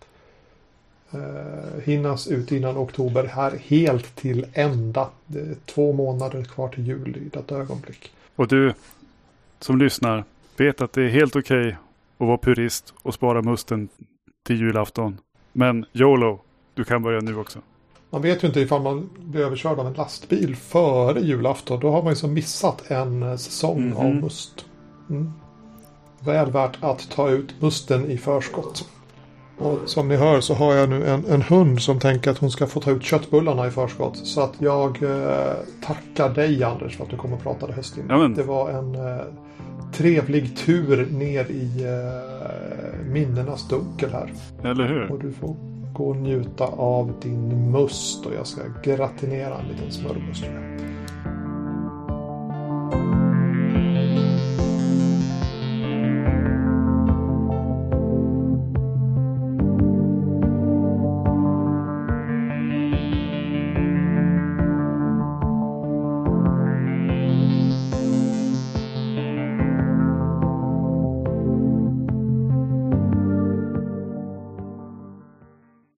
eh, hinnas ut innan oktober här helt till ända. Det är två månader kvar till jul i detta ögonblick. Och du som lyssnar vet att det är helt okej att vara purist och spara musten till julafton. Men YOLO, du kan börja nu också. Man vet ju inte ifall man blir överkörd av en lastbil före julafton. Då har man ju så missat en säsong mm-hmm. av must. Mm. Väl värt att ta ut musten i förskott. Och som ni hör så har jag nu en, en hund som tänker att hon ska få ta ut köttbullarna i förskott. Så att jag eh, tackar dig, Anders, för att du kom och pratade höstdimma. Ja, men... Det var en eh, trevlig tur ner i eh, minnenas dunkel här. Eller hur? Och du får gå och njuta av din must, och jag ska gratinera en liten smörgås, tror jag.